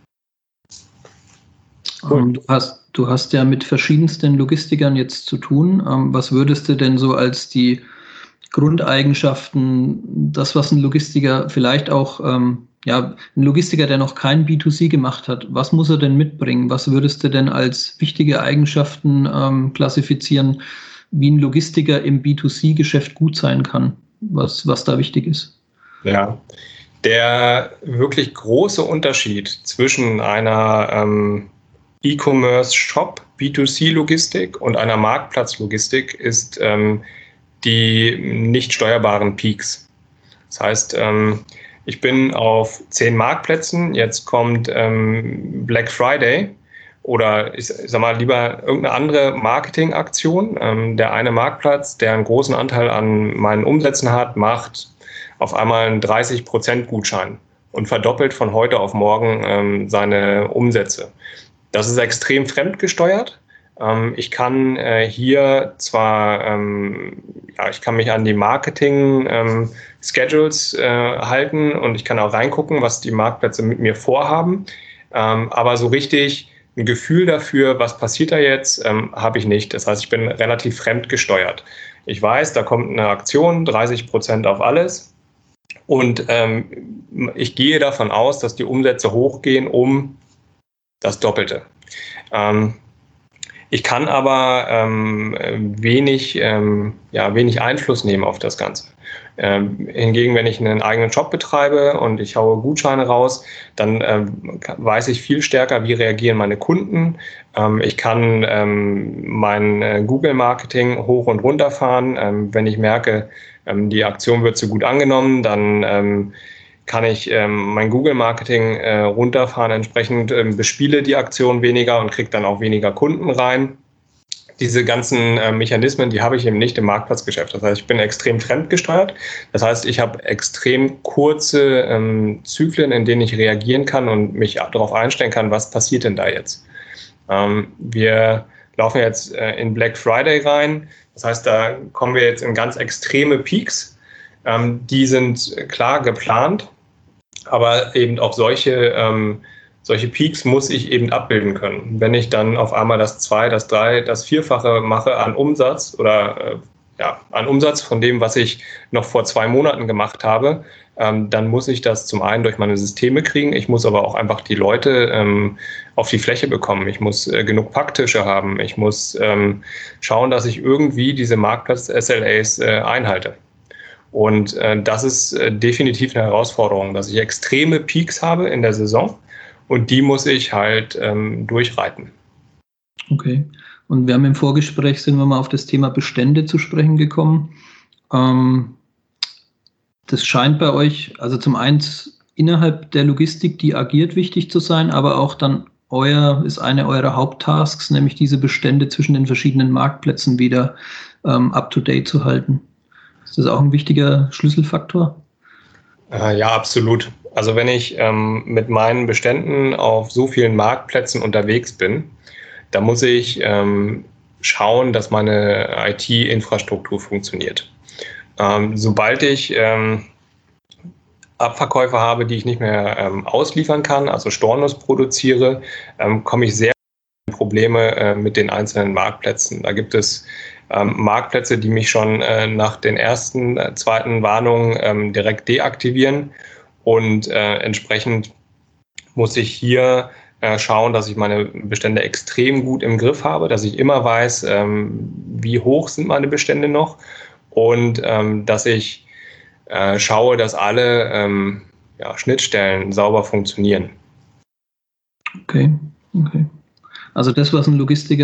Cool. Du hast, du hast ja mit verschiedensten Logistikern jetzt zu tun. Ähm, was würdest du denn so als die Grundeigenschaften, das, was ein Logistiker vielleicht auch, ähm, ja, ein Logistiker, der noch kein B zwei C gemacht hat, was muss er denn mitbringen? Was würdest du denn als wichtige Eigenschaften ähm, klassifizieren, wie ein Logistiker im B zwei C-Geschäft gut sein kann, was, was da wichtig ist? Ja, der wirklich große Unterschied zwischen einer ähm, E-Commerce-Shop, B zwei C-Logistik und einer Marktplatzlogistik ist ähm, die nicht steuerbaren Peaks. Das heißt, ähm, ich bin auf zehn Marktplätzen, jetzt kommt ähm, Black Friday oder ich sag mal lieber irgendeine andere Marketingaktion. Ähm, der eine Marktplatz, der einen großen Anteil an meinen Umsätzen hat, macht auf einmal einen dreißig Prozent Gutschein und verdoppelt von heute auf morgen ähm, seine Umsätze. Das ist extrem fremdgesteuert. Ähm, ich kann äh, hier zwar, ähm, ja, ich kann mich an die Marketing-Schedules ähm, äh, halten und ich kann auch reingucken, was die Marktplätze mit mir vorhaben. Ähm, aber so richtig ein Gefühl dafür, was passiert da jetzt, ähm, habe ich nicht. Das heißt, ich bin relativ fremdgesteuert. Ich weiß, da kommt eine Aktion, dreißig Prozent auf alles. Und ähm, ich gehe davon aus, dass die Umsätze hochgehen um das Doppelte. Ähm, ich kann aber ähm, wenig, ähm, ja, wenig Einfluss nehmen auf das Ganze. Ähm, hingegen, wenn ich einen eigenen Shop betreibe und ich haue Gutscheine raus, dann ähm, weiß ich viel stärker, wie reagieren meine Kunden. Ähm, ich kann ähm, mein äh, Google-Marketing hoch und runter fahren. Ähm, wenn ich merke, ähm, die Aktion wird so gut angenommen, dann ähm, kann ich ähm, mein Google-Marketing äh, runterfahren, entsprechend ähm, bespiele die Aktion weniger und kriege dann auch weniger Kunden rein. Diese ganzen äh, Mechanismen, die habe ich eben nicht im Marktplatzgeschäft. Das heißt, ich bin extrem fremdgesteuert. Das heißt, ich habe extrem kurze ähm, Zyklen, in denen ich reagieren kann und mich darauf einstellen kann, was passiert denn da jetzt. Ähm, wir laufen jetzt äh, in Black Friday rein. Das heißt, da kommen wir jetzt in ganz extreme Peaks. Ähm, die sind klar geplant. Aber eben auch solche, ähm, solche Peaks muss ich eben abbilden können. Wenn ich dann auf einmal das zwei, das drei, das Vierfache mache an Umsatz oder äh, ja, an Umsatz von dem, was ich noch vor zwei Monaten gemacht habe, ähm, dann muss ich das zum einen durch meine Systeme kriegen. Ich muss aber auch einfach die Leute ähm, auf die Fläche bekommen. Ich muss äh, genug Packtische haben. Ich muss ähm, schauen, dass ich irgendwie diese Marktplatz-S L As äh, einhalte. Und äh, das ist äh, definitiv eine Herausforderung, dass ich extreme Peaks habe in der Saison und die muss ich halt ähm, durchreiten. Okay. Und wir haben im Vorgespräch, sind wir mal auf das Thema Bestände zu sprechen gekommen. Ähm, das scheint bei euch, also zum einen innerhalb der Logistik, die agiert, wichtig zu sein, aber auch dann euer, ist eine eurer Haupttasks, nämlich diese Bestände zwischen den verschiedenen Marktplätzen wieder ähm, up-to-date zu halten. Ist das auch ein wichtiger Schlüsselfaktor? Äh, ja, absolut. Also wenn ich ähm, mit meinen Beständen auf so vielen Marktplätzen unterwegs bin, da muss ich ähm, schauen, dass meine I T-Infrastruktur funktioniert. Ähm, sobald ich ähm, Abverkäufe habe, die ich nicht mehr ähm, ausliefern kann, also Stornos produziere, ähm, komme ich sehr in Probleme äh, mit den einzelnen Marktplätzen. Da gibt es ähm, Marktplätze, die mich schon äh, nach den ersten, äh, zweiten Warnungen ähm, direkt deaktivieren und äh, entsprechend muss ich hier äh, schauen, dass ich meine Bestände extrem gut im Griff habe, dass ich immer weiß, ähm, wie hoch sind meine Bestände noch und ähm, dass ich äh, schaue, dass alle ähm, ja, Schnittstellen sauber funktionieren. Okay, okay. Also das, was ein Logistiker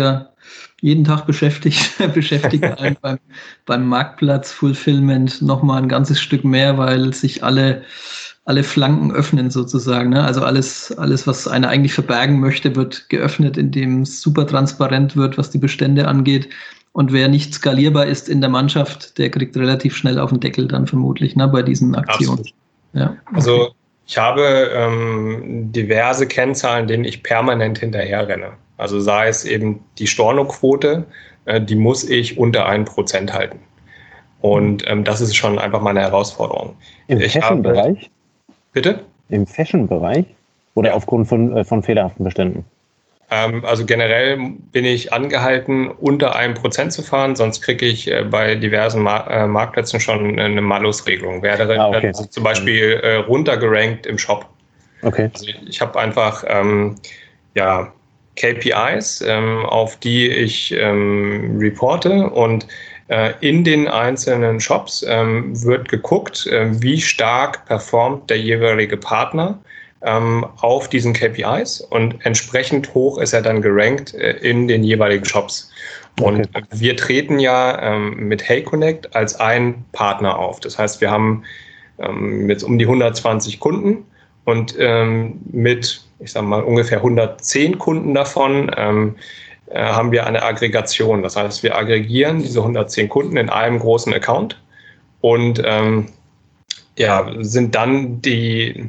jeden Tag beschäftigt, beschäftigt einen beim, beim Marktplatz Fulfillment nochmal ein ganzes Stück mehr, weil sich alle, alle Flanken öffnen sozusagen. Ne? Also alles, alles, was einer eigentlich verbergen möchte, wird geöffnet, indem es super transparent wird, was die Bestände angeht. Und wer nicht skalierbar ist in der Mannschaft, der kriegt relativ schnell auf den Deckel dann vermutlich, ne, bei diesen Aktionen. Ja, okay. Also ich habe ähm, diverse Kennzahlen, denen ich permanent hinterher renne. Also sei es eben die Stornoquote, äh, die muss ich unter ein Prozent halten. Und ähm, das ist schon einfach meine Herausforderung. Im Fashion-Bereich? Bitte? Im Fashion-Bereich? Oder ja. aufgrund von, äh, von fehlerhaften Beständen? Ähm, also generell bin ich angehalten, unter einem Prozent zu fahren, sonst kriege ich äh, bei diversen Mar- äh, Marktplätzen schon eine Malus-Regelung. Werde ah, okay. also zum Beispiel äh, runtergerankt im Shop. Okay. Also ich, ich habe einfach ähm, ja, K P Is, ähm, auf die ich ähm, reporte, und äh, in den einzelnen Shops ähm, wird geguckt, äh, wie stark performt der jeweilige Partner ähm, auf diesen K P Is, und entsprechend hoch ist er dann gerankt äh, in den jeweiligen Shops. Und okay. wir treten ja ähm, mit HeyConnect als ein Partner auf. Das heißt, wir haben ähm, jetzt um die hundertzwanzig Kunden, und ähm, mit, ich sage mal, ungefähr hundertzehn Kunden davon ähm, äh, haben wir eine Aggregation. Das heißt, wir aggregieren diese hundertzehn Kunden in einem großen Account und ähm, ja, sind dann die,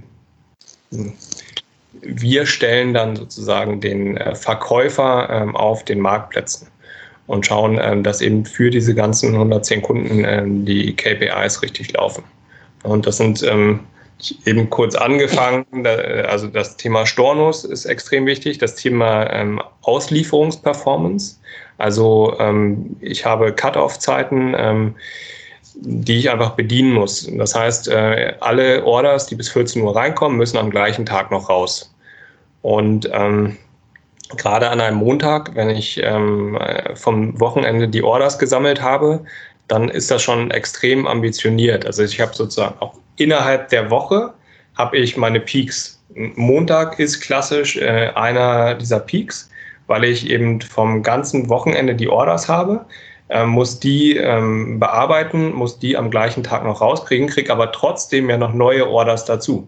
wir stellen dann sozusagen den äh, Verkäufer ähm, auf den Marktplätzen und schauen, ähm, dass eben für diese ganzen hundertzehn Kunden ähm, die K P Is richtig laufen. Und das sind ähm, eben kurz angefangen, also das Thema Stornos ist extrem wichtig, das Thema ähm, Auslieferungsperformance. Also ähm, ich habe Cut-off-Zeiten, ähm, die ich einfach bedienen muss. Das heißt, äh, alle Orders, die bis vierzehn Uhr reinkommen, müssen am gleichen Tag noch raus. Und ähm, gerade an einem Montag, wenn ich ähm, vom Wochenende die Orders gesammelt habe, dann ist das schon extrem ambitioniert. Also ich habe sozusagen auch innerhalb der Woche habe ich meine Peaks. Montag ist klassisch äh, einer dieser Peaks, weil ich eben vom ganzen Wochenende die Orders habe, äh, muss die ähm, bearbeiten, muss die am gleichen Tag noch rauskriegen, kriege aber trotzdem ja noch neue Orders dazu.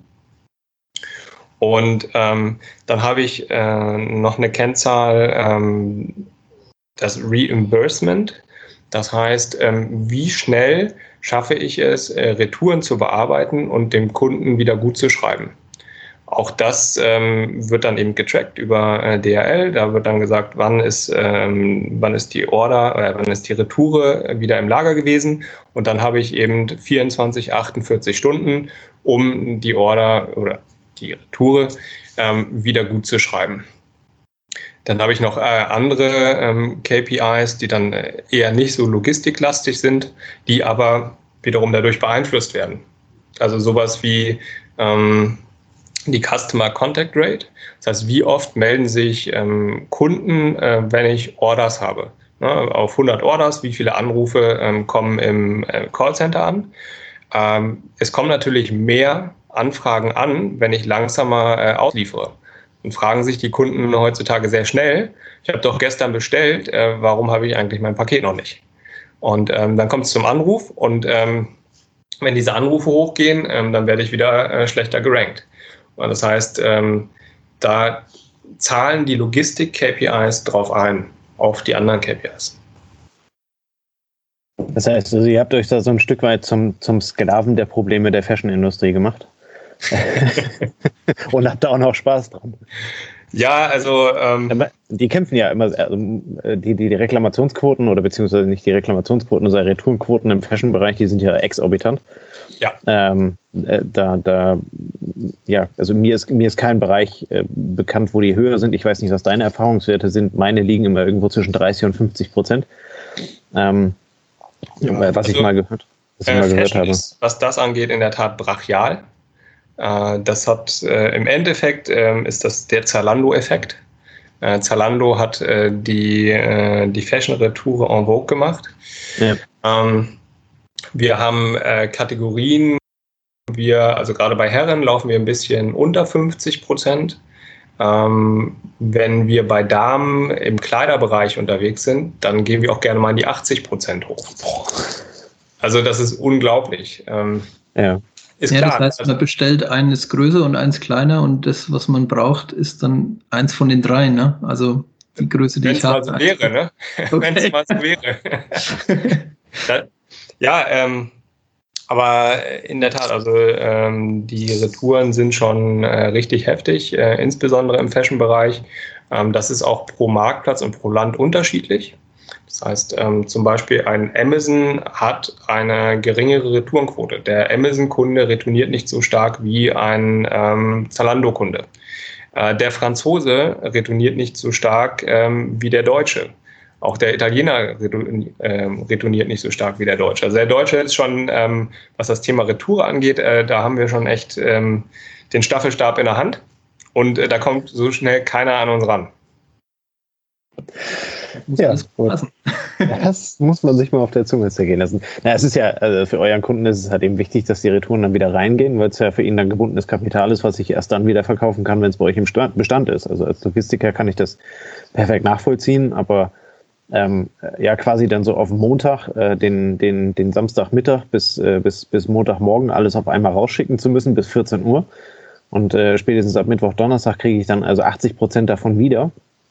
Und ähm, dann habe ich äh, noch eine Kennzahl, ähm, das Reimbursement. Das heißt, ähm, wie schnell schaffe ich es, äh, Retouren zu bearbeiten und dem Kunden wieder gut zu schreiben. Auch das ähm, wird dann eben getrackt über äh, D H L. Da wird dann gesagt, wann ist, ähm, wann ist die Order, äh, wann ist die Retoure wieder im Lager gewesen. Und dann habe ich eben vierundzwanzig, achtundvierzig Stunden, um die Order oder die Retoure ähm, wieder gut zu schreiben. Dann habe ich noch äh, andere ähm, K P Is, die dann äh, eher nicht so logistiklastig sind, die aber wiederum dadurch beeinflusst werden. Also sowas wie ähm, die Customer Contact Rate. Das heißt, wie oft melden sich ähm, Kunden, äh, wenn ich Orders habe. Ne, auf hundert Orders, wie viele Anrufe ähm, kommen im äh, Callcenter an. Ähm, es kommen natürlich mehr Anfragen an, wenn ich langsamer äh, ausliefere. Und fragen sich die Kunden heutzutage sehr schnell, ich habe doch gestern bestellt, äh, warum habe ich eigentlich mein Paket noch nicht? Und ähm, dann kommt es zum Anruf, und ähm, wenn diese Anrufe hochgehen, ähm, dann werde ich wieder äh, schlechter gerankt. Und das heißt, ähm, da zahlen die Logistik-K P Is drauf ein, auf die anderen K P Is. Das heißt, also ihr habt euch da so ein Stück weit zum, zum Sklaven der Probleme der Fashion-Industrie gemacht? Und habt da auch noch Spaß dran? Ja, also ähm, die kämpfen ja immer, also die, die, die Reklamationsquoten oder beziehungsweise nicht die Reklamationsquoten, sondern Retourenquoten im Fashion-Bereich, die sind ja exorbitant. Ja. Ähm, da, da, ja, also mir ist, mir ist kein Bereich äh, bekannt, wo die höher sind. Ich weiß nicht, was deine Erfahrungswerte sind. Meine liegen immer irgendwo zwischen dreißig und fünfzig Prozent. Ähm, ja, was also, ich mal gehört, was ich äh, mal gehört habe. Ist, was das angeht, in der Tat brachial. Das hat äh, im Endeffekt äh, ist das der Zalando-Effekt. Äh, Zalando hat äh, die, äh, die Fashion-Retoure en vogue gemacht. Ja. Ähm, wir haben äh, Kategorien, wir, also gerade bei Herren laufen wir ein bisschen unter fünfzig Prozent. Ähm, wenn wir bei Damen im Kleiderbereich unterwegs sind, dann gehen wir auch gerne mal in die achtzig Prozent hoch. Also das ist unglaublich. Ähm, ja. Ist ja, klar. Das heißt, man bestellt eines größer und eins kleiner und das, was man braucht, ist dann eins von den drei, ne? Also die Größe, die ich habe. Wenn es mal so wäre, ne? Okay. Wenn es mal so wäre. das, ja, ähm, aber in der Tat, also ähm, die Retouren sind schon äh, richtig heftig, äh, insbesondere im Fashion-Bereich. Ähm, das ist auch pro Marktplatz und pro Land unterschiedlich. Das heißt, ähm, zum Beispiel ein Amazon hat eine geringere Retourenquote. Der Amazon-Kunde retourniert nicht so stark wie ein ähm, Zalando-Kunde. Äh, der Franzose retourniert nicht so stark ähm, wie der Deutsche. Auch der Italiener retourniert nicht so stark wie der Deutsche. Also der Deutsche ist schon, ähm, was das Thema Retour angeht, äh, da haben wir schon echt ähm, den Staffelstab in der Hand und äh, da kommt so schnell keiner an uns ran. Ja, das muss man sich mal auf der Zunge zergehen lassen. Na, es ist ja, also für euren Kunden ist es halt eben wichtig, dass die Retouren dann wieder reingehen, weil es ja für ihn dann gebundenes Kapital ist, was ich erst dann wieder verkaufen kann, wenn es bei euch im Bestand ist. Also als Logistiker kann ich das perfekt nachvollziehen, aber Ähm, ja, quasi dann so auf Montag, äh, den, den, den Samstagmittag bis, äh, bis, bis Montagmorgen alles auf einmal rausschicken zu müssen, bis vierzehn Uhr. Und äh, spätestens ab Mittwoch, Donnerstag kriege ich dann also achtzig Prozent davon wieder.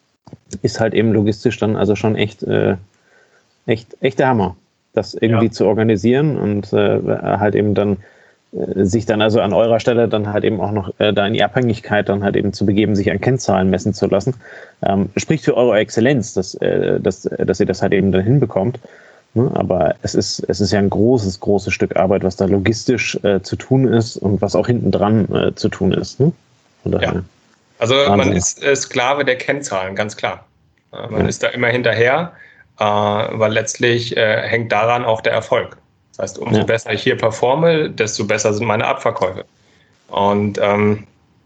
Ist halt eben logistisch dann also schon echt, äh, echt, echt der Hammer, das irgendwie ja. zu organisieren und äh, halt eben dann sich dann also an eurer Stelle dann halt eben auch noch äh, da in die Abhängigkeit dann halt eben zu begeben, sich an Kennzahlen messen zu lassen, ähm, spricht für eure Exzellenz, dass, äh, dass, dass ihr das halt eben dann hinbekommt. Ne? Aber es ist, es ist ja ein großes, großes Stück Arbeit, was da logistisch äh, zu tun ist und was auch hinten dran äh, zu tun ist. Ne? Ja. Also Wahnsinn. Man ist äh, Sklave der Kennzahlen, ganz klar. Äh, man ja. ist da immer hinterher, äh, weil letztlich äh, hängt daran auch der Erfolg. Das heißt, umso ja. besser ich hier performe, desto besser sind meine Abverkäufe. Und ähm,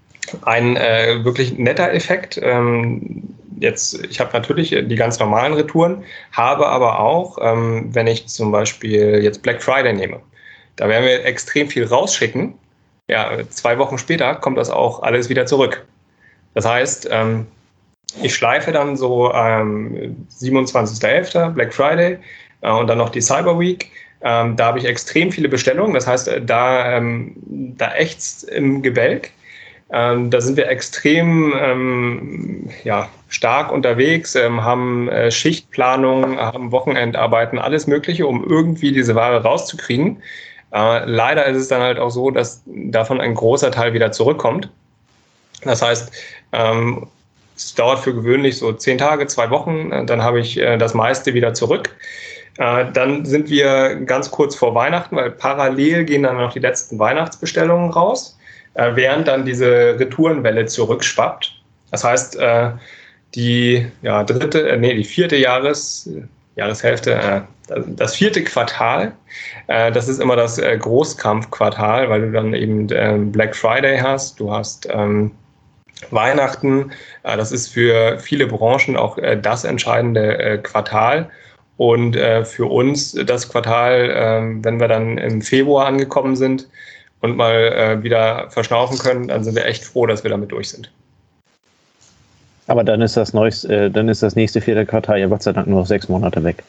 ein äh, wirklich netter Effekt, ähm, jetzt, ich habe natürlich die ganz normalen Retouren, habe aber auch, ähm, wenn ich zum Beispiel jetzt Black Friday nehme, da werden wir extrem viel rausschicken. Ja, zwei Wochen später kommt das auch alles wieder zurück. Das heißt, ähm, ich schleife dann so ähm, siebenundzwanzigster elfter Black Friday äh, und dann noch die Cyber Week. Ähm, da habe ich extrem viele Bestellungen, das heißt, da, ähm, da ächzt im Gebälk. Ähm, da sind wir extrem ähm, ja, stark unterwegs, ähm, haben äh, Schichtplanung, haben Wochenendarbeiten, alles Mögliche, um irgendwie diese Ware rauszukriegen. Äh, leider ist es dann halt auch so, dass davon ein großer Teil wieder zurückkommt. Das heißt, ähm, es dauert für gewöhnlich so zehn Tage, zwei Wochen, dann habe ich äh, das meiste wieder zurück. Dann sind wir ganz kurz vor Weihnachten, weil parallel gehen dann noch die letzten Weihnachtsbestellungen raus, während dann diese Retourenwelle zurückschwappt. Das heißt, die ja, dritte, nee, die vierte Jahres, Jahreshälfte, das vierte Quartal, das ist immer das Großkampfquartal, weil du dann eben Black Friday hast, du hast Weihnachten, das ist für viele Branchen auch das entscheidende Quartal. Und äh, für uns das Quartal, äh, wenn wir dann im Februar angekommen sind und mal äh, wieder verschnaufen können, dann sind wir echt froh, dass wir damit durch sind. Aber dann ist das neues, äh, dann ist das nächste vierte Quartal ja Gott sei Dank nur noch sechs Monate weg.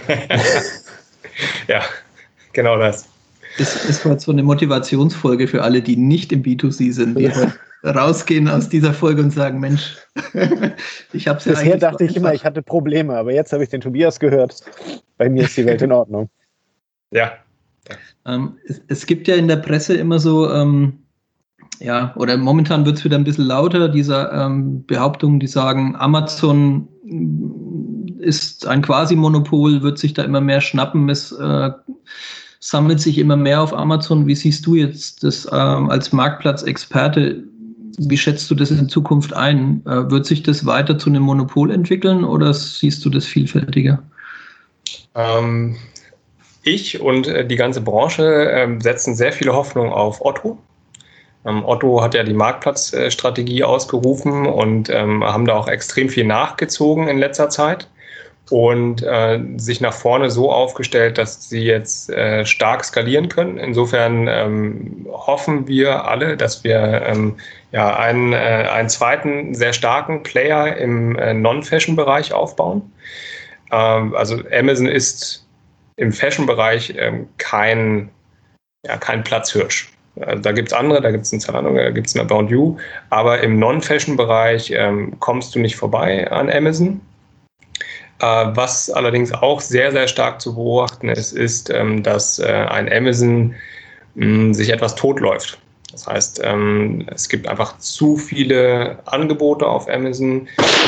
Ja, genau das. Das ist halt so eine Motivationsfolge für alle, die nicht im B zwei C sind, die ja. rausgehen aus dieser Folge und sagen, Mensch, ich habe es ja Bisher dachte ich immer, ich hatte Probleme, aber jetzt habe ich den Tobias gehört. Bei mir ist die Welt in Ordnung. Ja. Ähm, es, es gibt ja in der Presse immer so, ähm, ja, oder momentan wird es wieder ein bisschen lauter, diese ähm, Behauptungen, die sagen, Amazon ist ein Quasi-Monopol, wird sich da immer mehr schnappen, es äh, sammelt sich immer mehr auf Amazon. Wie siehst du jetzt das ähm, als Marktplatzexperte? Wie schätzt du das in Zukunft ein? Äh, wird sich das weiter zu einem Monopol entwickeln oder siehst du das vielfältiger? Ähm, ich und äh, die ganze Branche äh, setzen sehr viele Hoffnung auf Otto. Ähm, Otto hat ja die Marktplatzstrategie ausgerufen und ähm, haben da auch extrem viel nachgezogen in letzter Zeit. und äh, sich nach vorne so aufgestellt, dass sie jetzt äh, stark skalieren können. Insofern ähm, hoffen wir alle, dass wir ähm, ja, einen, äh, einen zweiten sehr starken Player im äh, Non-Fashion-Bereich aufbauen. Ähm, also Amazon ist im Fashion-Bereich ähm, kein, ja, kein Platzhirsch. Also da gibt es andere, da gibt es einen Zalando, da gibt es einen About You, aber im Non-Fashion-Bereich ähm, kommst du nicht vorbei an Amazon. Äh, was allerdings auch sehr, sehr stark zu beobachten ist, ist, ähm, dass äh, ein Amazon mh, sich etwas totläuft. Das heißt, ähm, es gibt einfach zu viele Angebote auf Amazon,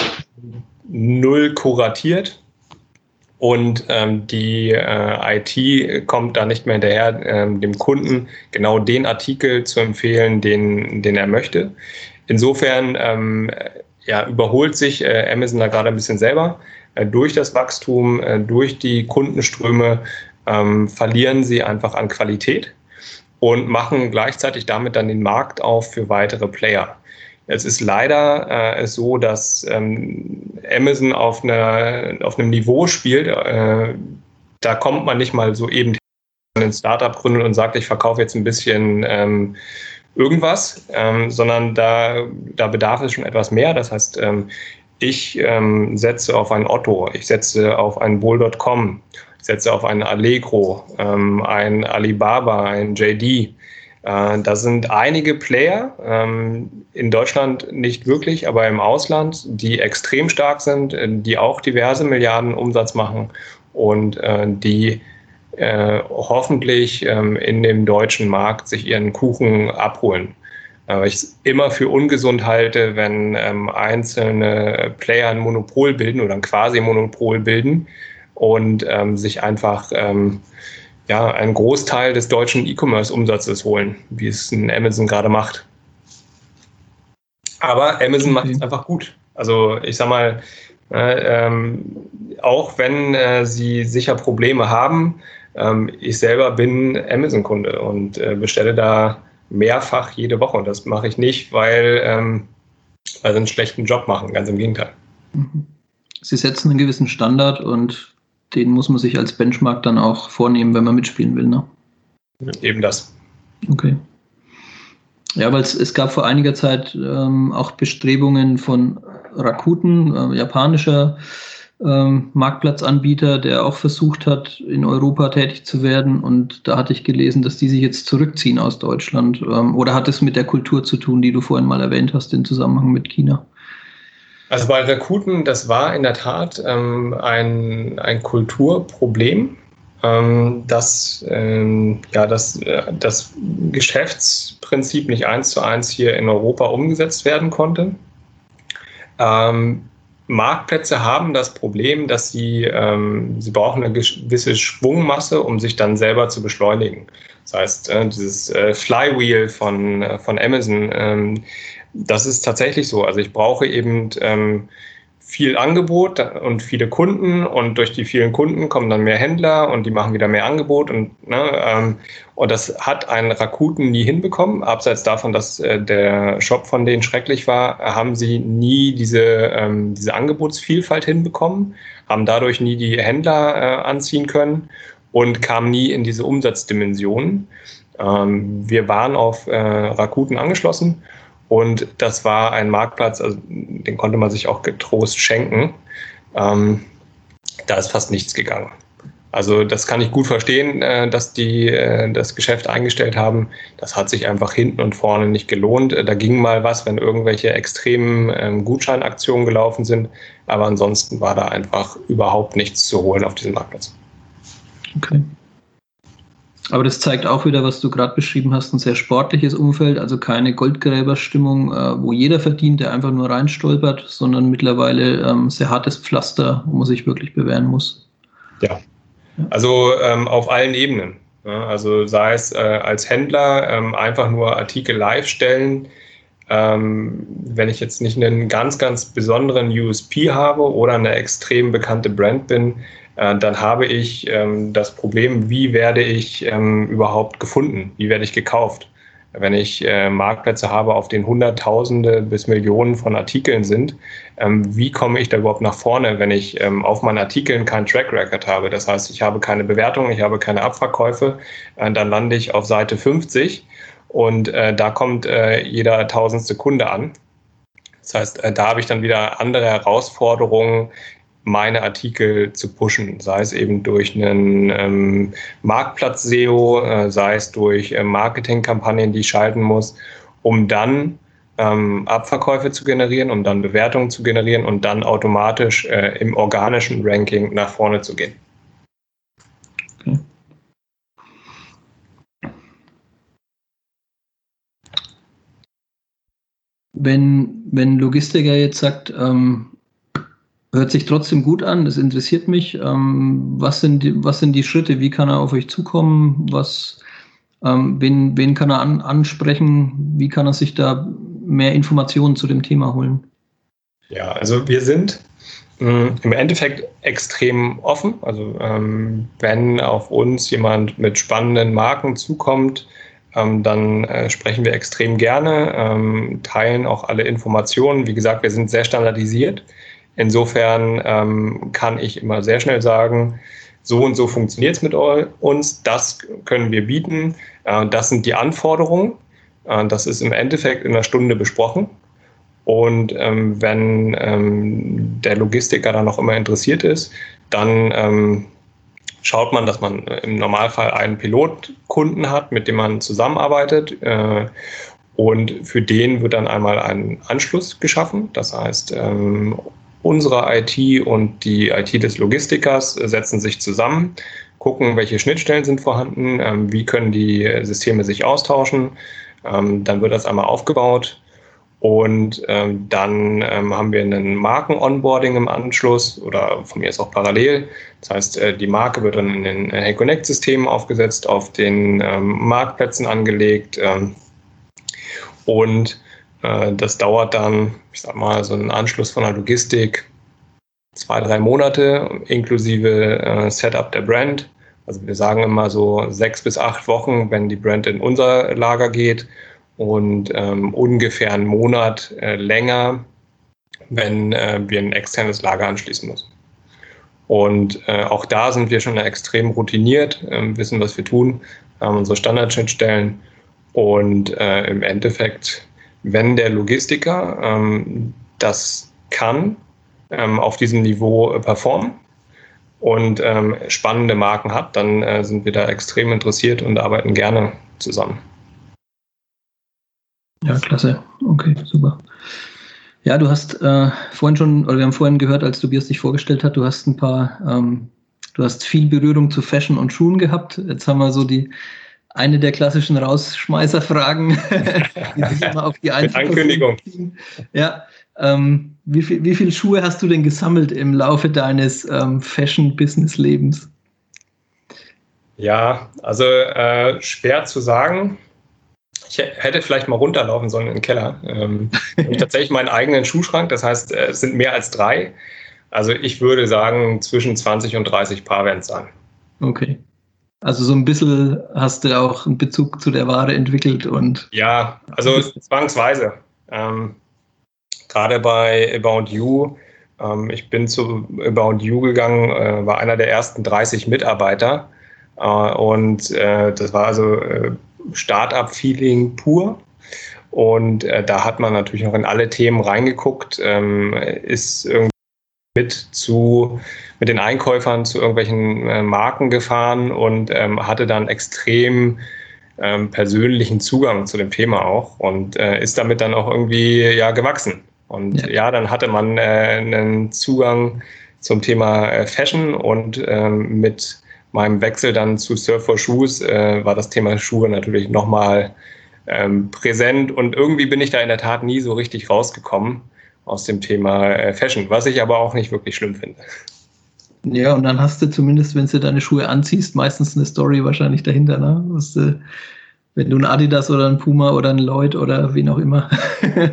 null kuratiert. Und ähm, die äh, I T kommt da nicht mehr hinterher, ähm, dem Kunden genau den Artikel zu empfehlen, den, den er möchte. Insofern ähm, ja, überholt sich äh, Amazon da gerade ein bisschen selber. Äh, durch das Wachstum, äh, durch die Kundenströme ähm, verlieren sie einfach an Qualität und machen gleichzeitig damit dann den Markt auf für weitere Player. Es ist leider äh, so, dass ähm, Amazon auf, eine, auf einem Niveau spielt, äh, da kommt man nicht mal so eben ein Startup gründet und sagt, ich verkaufe jetzt ein bisschen ähm, irgendwas, ähm, sondern da, da bedarf es schon etwas mehr. Das heißt, ähm, ich ähm, setze auf ein Otto, ich setze auf ein Bol Punkt com, ich setze auf ein Allegro, ähm, ein Alibaba, ein J D. Da sind einige Player, in Deutschland nicht wirklich, aber im Ausland, die extrem stark sind, die auch diverse Milliarden Umsatz machen und die hoffentlich in dem deutschen Markt sich ihren Kuchen abholen. Weil ich es immer für ungesund halte, wenn einzelne Player ein Monopol bilden oder ein Quasi-Monopol bilden und sich einfach ja, einen Großteil des deutschen E-Commerce-Umsatzes holen, wie es ein Amazon gerade macht. Aber Amazon macht es einfach gut. Also ich sag mal, äh, ähm, auch wenn äh, sie sicher Probleme haben, ähm, ich selber bin Amazon-Kunde und äh, bestelle da mehrfach jede Woche. Und das mache ich nicht, weil, ähm, weil sie einen schlechten Job machen, ganz im Gegenteil. Sie setzen einen gewissen Standard und den muss man sich als Benchmark dann auch vornehmen, wenn man mitspielen will, ne? Eben das. Okay. Ja, weil es, es gab vor einiger Zeit ähm, auch Bestrebungen von Rakuten, äh, japanischer ähm, Marktplatzanbieter, der auch versucht hat, in Europa tätig zu werden. Und da hatte ich gelesen, dass die sich jetzt zurückziehen aus Deutschland. Ähm, oder hat es mit der Kultur zu tun, die du vorhin mal erwähnt hast, im Zusammenhang mit China? Also bei Rakuten, das war in der Tat ähm, ein, ein Kulturproblem, ähm, dass ähm, ja, das, äh, das Geschäftsprinzip nicht eins zu eins hier in Europa umgesetzt werden konnte. Ähm, Marktplätze haben das Problem, dass sie, ähm, sie brauchen eine gewisse Schwungmasse, um sich dann selber zu beschleunigen. Das heißt, äh, dieses äh, Flywheel von, äh, von Amazon, ähm, das ist tatsächlich so. Also ich brauche eben ähm, viel Angebot und viele Kunden und durch die vielen Kunden kommen dann mehr Händler und die machen wieder mehr Angebot und, ne, ähm, und das hat ein Rakuten nie hinbekommen. Abseits davon, dass äh, der Shop von denen schrecklich war, haben sie nie diese, ähm, diese Angebotsvielfalt hinbekommen, haben dadurch nie die Händler äh, anziehen können und kamen nie in diese Umsatzdimensionen. Ähm, wir waren auf äh, Rakuten angeschlossen. Und das war ein Marktplatz, also den konnte man sich auch getrost schenken. Ähm, da ist fast nichts gegangen. Also das kann ich gut verstehen, äh, dass die äh, das Geschäft eingestellt haben. Das hat sich einfach hinten und vorne nicht gelohnt. Da ging mal was, wenn irgendwelche extremen ähm, Gutscheinaktionen gelaufen sind. Aber ansonsten war da einfach überhaupt nichts zu holen auf diesem Marktplatz. Okay. Aber das zeigt auch wieder, was du gerade beschrieben hast, ein sehr sportliches Umfeld, also keine Goldgräberstimmung, äh, wo jeder verdient, der einfach nur reinstolpert, sondern mittlerweile ähm, sehr hartes Pflaster, wo man sich wirklich bewähren muss. Ja, also ähm, auf allen Ebenen. Ja, also sei es äh, als Händler ähm, einfach nur Artikel live stellen, ähm, wenn ich jetzt nicht einen ganz, ganz besonderen U S P habe oder eine extrem bekannte Brand bin, dann habe ich ähm, das Problem, wie werde ich ähm, überhaupt gefunden, wie werde ich gekauft. wenn ich äh, Marktplätze habe, auf denen Hunderttausende bis Millionen von Artikeln sind, ähm, wie komme ich da überhaupt nach vorne, wenn ich ähm, auf meinen Artikeln keinen Track Record habe? Das heißt, ich habe keine Bewertung, ich habe keine Abverkäufe, äh, dann lande ich auf Seite fünfzig und äh, da kommt äh, jeder tausendste Kunde an. Das heißt, äh, da habe ich dann wieder andere Herausforderungen, meine Artikel zu pushen, sei es eben durch einen ähm, Marktplatz-S E O, äh, sei es durch äh, Marketingkampagnen, die ich schalten muss, um dann ähm, Abverkäufe zu generieren, um dann Bewertungen zu generieren und dann automatisch äh, im organischen Ranking nach vorne zu gehen. Okay. Wenn, wenn Logistiker jetzt sagt, ähm, hört sich trotzdem gut an, das interessiert mich. Ähm, was sind die, was sind die Schritte? Wie kann er auf euch zukommen? Was, ähm, wen, wen kann er an, ansprechen? Wie kann er sich da mehr Informationen zu dem Thema holen? Ja, also wir sind mh, im Endeffekt extrem offen. Also ähm, wenn auf uns jemand mit spannenden Marken zukommt, ähm, dann äh, sprechen wir extrem gerne, ähm, teilen auch alle Informationen. Wie gesagt, wir sind sehr standardisiert. Insofern ähm, kann ich immer sehr schnell sagen, so und so funktioniert es mit uns, das können wir bieten, äh, das sind die Anforderungen, äh, das ist im Endeffekt in einer Stunde besprochen. Und ähm, wenn ähm, der Logistiker dann noch immer interessiert ist, dann ähm, schaut man, dass man im Normalfall einen Pilotkunden hat, mit dem man zusammenarbeitet. Äh, und für den wird dann einmal ein Anschluss geschaffen. Das heißt, ähm, unsere I T und die I T des Logistikers setzen sich zusammen, gucken, welche Schnittstellen sind vorhanden, ähm, wie können die Systeme sich austauschen. Ähm, dann wird das einmal aufgebaut und ähm, dann ähm, haben wir einen Marken-Onboarding im Anschluss oder von mir ist auch parallel. Das heißt, äh, die Marke wird dann in den Hey Connect-Systemen aufgesetzt, auf den ähm, Marktplätzen angelegt ähm, und das dauert dann, ich sag mal, so ein Anschluss von der Logistik zwei, drei Monate inklusive äh, Setup der Brand. Also wir sagen immer so sechs bis acht Wochen, wenn die Brand in unser Lager geht und ähm, ungefähr einen Monat äh, länger, wenn äh, wir ein externes Lager anschließen müssen. Und äh, auch da sind wir schon extrem routiniert, äh, wissen, was wir tun, haben unsere Standardschnittstellen und äh, im Endeffekt, wenn der Logistiker ähm, das kann, ähm, auf diesem Niveau äh, performen und ähm, spannende Marken hat, dann äh, sind wir da extrem interessiert und arbeiten gerne zusammen. Ja, klasse. Okay, super. Ja, du hast äh, vorhin schon, oder wir haben vorhin gehört, als Tobias dich vorgestellt hat, du hast ein paar, ähm, du hast viel Berührung zu Fashion und Schuhen gehabt. Jetzt haben wir so die eine der klassischen Rausschmeißerfragen, die sich immer auf die Ankündigung. Ja, ähm, wie viel, wie viele Schuhe hast du denn gesammelt im Laufe deines ähm, Fashion-Business-Lebens? Ja, also äh, schwer zu sagen. Ich hätte vielleicht mal runterlaufen sollen in den Keller. Ähm, ich habe tatsächlich meinen eigenen Schuhschrank, das heißt, es sind mehr als drei. Also ich würde sagen, zwischen zwanzig und dreißig Paar werden es sein. Okay. Also so ein bisschen hast du auch einen Bezug zu der Ware entwickelt und... Ja, also zwangsweise. Ähm, gerade bei About You, ähm, ich bin zu About You gegangen, äh, war einer der ersten dreißig Mitarbeiter äh, und äh, das war also äh, Start-up-Feeling pur. Und äh, da hat man natürlich noch in alle Themen reingeguckt, ähm, ist irgendwie mit zu mit den Einkäufern zu irgendwelchen äh, Marken gefahren und ähm, hatte dann extrem ähm, persönlichen Zugang zu dem Thema auch und äh, ist damit dann auch irgendwie ja gewachsen. Und ja, ja dann hatte man äh, einen Zugang zum Thema äh, Fashion und ähm, mit meinem Wechsel dann zu Surf for Shoes äh, war das Thema Schuhe natürlich nochmal ähm, präsent und irgendwie bin ich da in der Tat nie so richtig rausgekommen aus dem Thema äh, Fashion, was ich aber auch nicht wirklich schlimm finde. Ja, und dann hast du zumindest, wenn du deine Schuhe anziehst, meistens eine Story wahrscheinlich dahinter, ne? Was, äh, wenn du ein Adidas oder ein Puma oder ein Lloyd oder wen auch immer.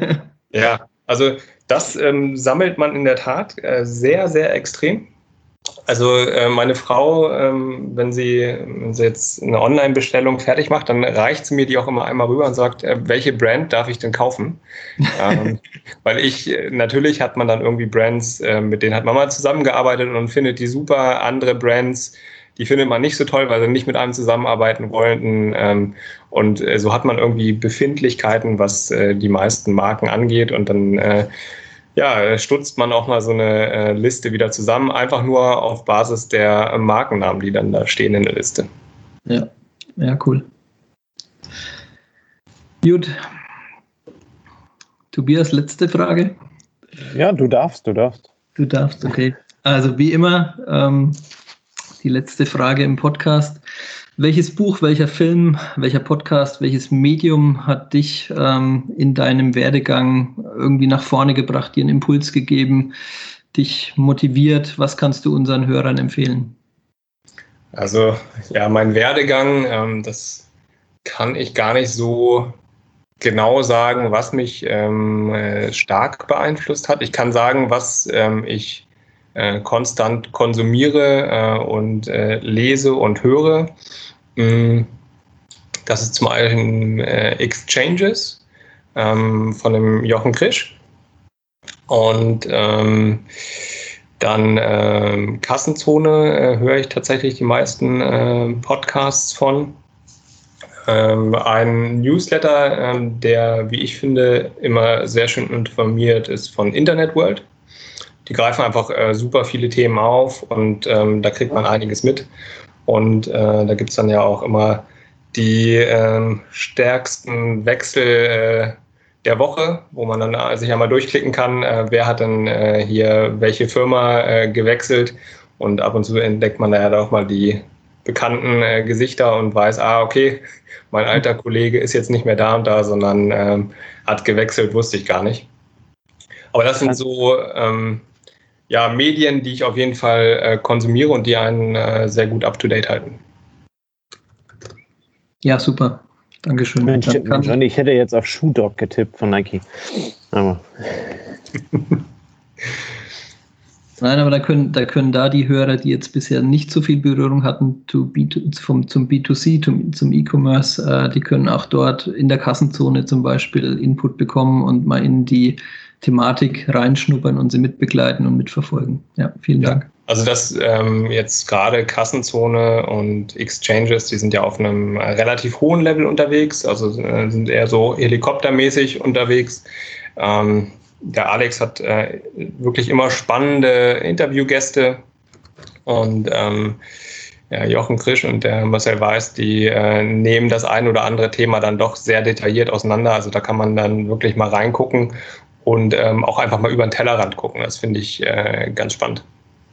Ja, also das ähm, sammelt man in der Tat äh, sehr, sehr extrem. Also äh, meine Frau, ähm, wenn, sie, wenn sie jetzt eine Online-Bestellung fertig macht, dann reicht sie mir die auch immer einmal rüber und sagt, äh, welche Brand darf ich denn kaufen? ähm, weil ich, natürlich hat man dann irgendwie Brands, äh, mit denen hat man mal zusammengearbeitet und findet die super. Andere Brands, die findet man nicht so toll, weil sie nicht mit einem zusammenarbeiten wollten. Ähm, und äh, so hat man irgendwie Befindlichkeiten, was äh, die meisten Marken angeht. Und dann äh, ja, stutzt man auch mal so eine äh, Liste wieder zusammen, einfach nur auf Basis der äh, Markennamen, die dann da stehen in der Liste. Ja, ja, cool. Gut. Tobias, letzte Frage. Ja, du darfst, du darfst. Du darfst, okay. Also wie immer, ähm, die letzte Frage im Podcast. Welches Buch, welcher Film, welcher Podcast, welches Medium hat dich ähm, in deinem Werdegang irgendwie nach vorne gebracht, dir einen Impuls gegeben, dich motiviert? Was kannst du unseren Hörern empfehlen? Also ja, mein Werdegang, ähm, das kann ich gar nicht so genau sagen, was mich ähm, äh, stark beeinflusst hat. Ich kann sagen, was ähm, ich äh, konstant konsumiere äh, und äh, lese und höre. Das ist zum einen äh, Exchanges ähm, von dem Jochen Krisch und ähm, dann äh, Kassenzone äh, höre ich tatsächlich die meisten äh, Podcasts von. Ähm, ein Newsletter, ähm, der, wie ich finde, immer sehr schön informiert ist, von Internet World. Die greifen einfach äh, super viele Themen auf und ähm, da kriegt man einiges mit. Und äh, da gibt es dann ja auch immer die äh, stärksten Wechsel äh, der Woche, wo man dann äh, sich einmal durchklicken kann, äh, wer hat denn äh, hier welche Firma äh, gewechselt. Und ab und zu entdeckt man da ja auch mal die bekannten äh, Gesichter und weiß, ah, okay, mein alter Kollege ist jetzt nicht mehr da und da, sondern ähm, hat gewechselt, wusste ich gar nicht. Aber das sind so ähm, ja, Medien, die ich auf jeden Fall äh, konsumiere und die einen äh, sehr gut up-to-date halten. Ja, super. Dankeschön. Mensch, Mensch, und ich hätte jetzt auf Shoe Dog getippt von Nike. Aber. Nein, aber da können, da können da die Hörer, die jetzt bisher nicht so viel Berührung hatten to B zwei, vom, zum B zwei C, zum, zum E-Commerce, äh, die können auch dort in der Kassenzone zum Beispiel Input bekommen und mal in die Thematik reinschnuppern und sie mitbegleiten und mitverfolgen. Ja, vielen Dank. Ja, also das ähm, jetzt gerade Kassenzone und Exchanges, die sind ja auf einem relativ hohen Level unterwegs, also äh, sind eher so helikoptermäßig unterwegs. Ähm, der Alex hat äh, wirklich immer spannende Interviewgäste und ähm, ja, Jochen Krisch und der Marcel Weiß, die äh, nehmen das ein oder andere Thema dann doch sehr detailliert auseinander. Also da kann man dann wirklich mal reingucken und ähm, auch einfach mal über den Tellerrand gucken. Das finde ich äh, ganz spannend.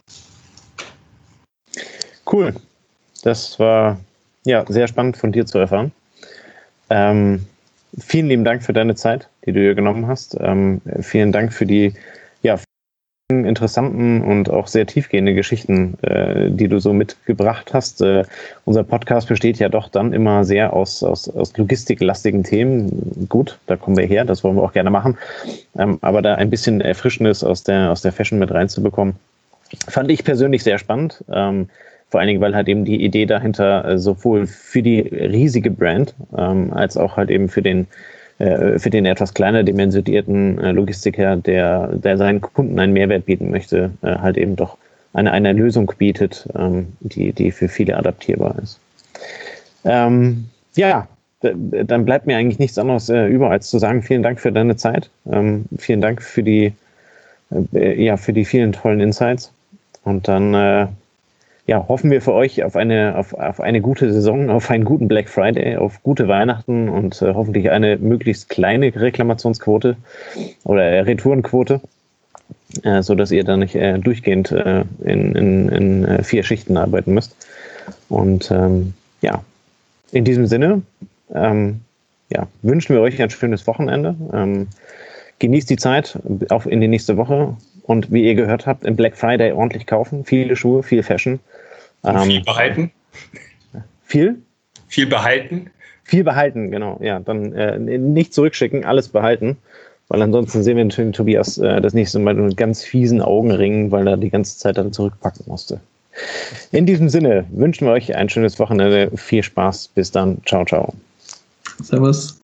Cool. Das war ja sehr spannend von dir zu erfahren. Ähm, vielen lieben Dank für deine Zeit, die du dir genommen hast. Ähm, vielen Dank für die ja, interessanten und auch sehr tiefgehende Geschichten, äh, die du so mitgebracht hast. Äh, unser Podcast besteht ja doch dann immer sehr aus, aus, aus logistiklastigen Themen. Gut, da kommen wir her, das wollen wir auch gerne machen. Ähm, aber da ein bisschen Erfrischendes aus der, aus der Fashion mit reinzubekommen, fand ich persönlich sehr spannend. Ähm, vor allen Dingen, weil halt eben die Idee dahinter äh, sowohl für die riesige Brand ähm, als auch halt eben für den für den etwas kleiner dimensionierten Logistiker, der, der seinen Kunden einen Mehrwert bieten möchte, halt eben doch eine, eine Lösung bietet, die, die für viele adaptierbar ist. Ähm, ja, dann bleibt mir eigentlich nichts anderes über, als zu sagen, vielen Dank für deine Zeit, ähm, vielen Dank für die, ja, für die vielen tollen Insights und dann äh, ja, hoffen wir für euch auf eine, auf, auf eine gute Saison, auf einen guten Black Friday, auf gute Weihnachten und äh, hoffentlich eine möglichst kleine Reklamationsquote oder äh, Retourenquote, äh, sodass ihr dann nicht äh, durchgehend äh, in, in, in äh, vier Schichten arbeiten müsst. Und ähm, ja, in diesem Sinne ähm, ja, wünschen wir euch ein schönes Wochenende. Ähm, genießt die Zeit auf in die nächste Woche. Und wie ihr gehört habt, im Black Friday ordentlich kaufen. Viele Schuhe, viel Fashion. Ähm, viel behalten. Viel? Viel behalten. Viel behalten, genau. Ja, dann äh, nicht zurückschicken, alles behalten. weil ansonsten sehen wir den Tobias äh, das nächste Mal mit ganz fiesen Augenringen, weil er die ganze Zeit dann zurückpacken musste. In diesem Sinne wünschen wir euch ein schönes Wochenende. Viel Spaß. Bis dann. Ciao, ciao. Servus.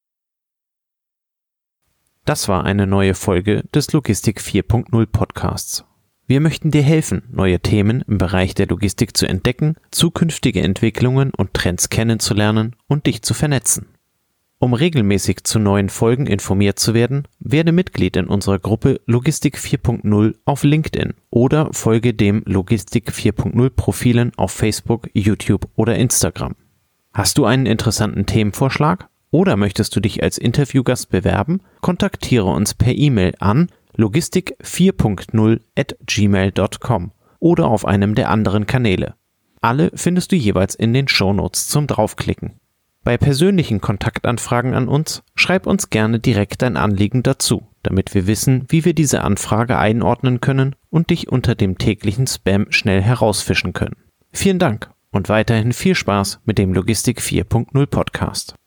Das war eine neue Folge des Logistik vier Punkt null Podcasts. Wir möchten dir helfen, neue Themen im Bereich der Logistik zu entdecken, zukünftige Entwicklungen und Trends kennenzulernen und dich zu vernetzen. Um regelmäßig zu neuen Folgen informiert zu werden, werde Mitglied in unserer Gruppe Logistik vier Punkt null auf LinkedIn oder folge dem Logistik vier Punkt null Profilen auf Facebook, YouTube oder Instagram. Hast du einen interessanten Themenvorschlag oder möchtest du dich als Interviewgast bewerben? Kontaktiere uns per E-Mail an logistik vier Punkt null at gmail Punkt com oder auf einem der anderen Kanäle. Alle findest du jeweils in den Shownotes zum Draufklicken. Bei persönlichen Kontaktanfragen an uns, schreib uns gerne direkt dein Anliegen dazu, damit wir wissen, wie wir diese Anfrage einordnen können und dich unter dem täglichen Spam schnell herausfischen können. Vielen Dank und weiterhin viel Spaß mit dem Logistik vier Punkt null Podcast.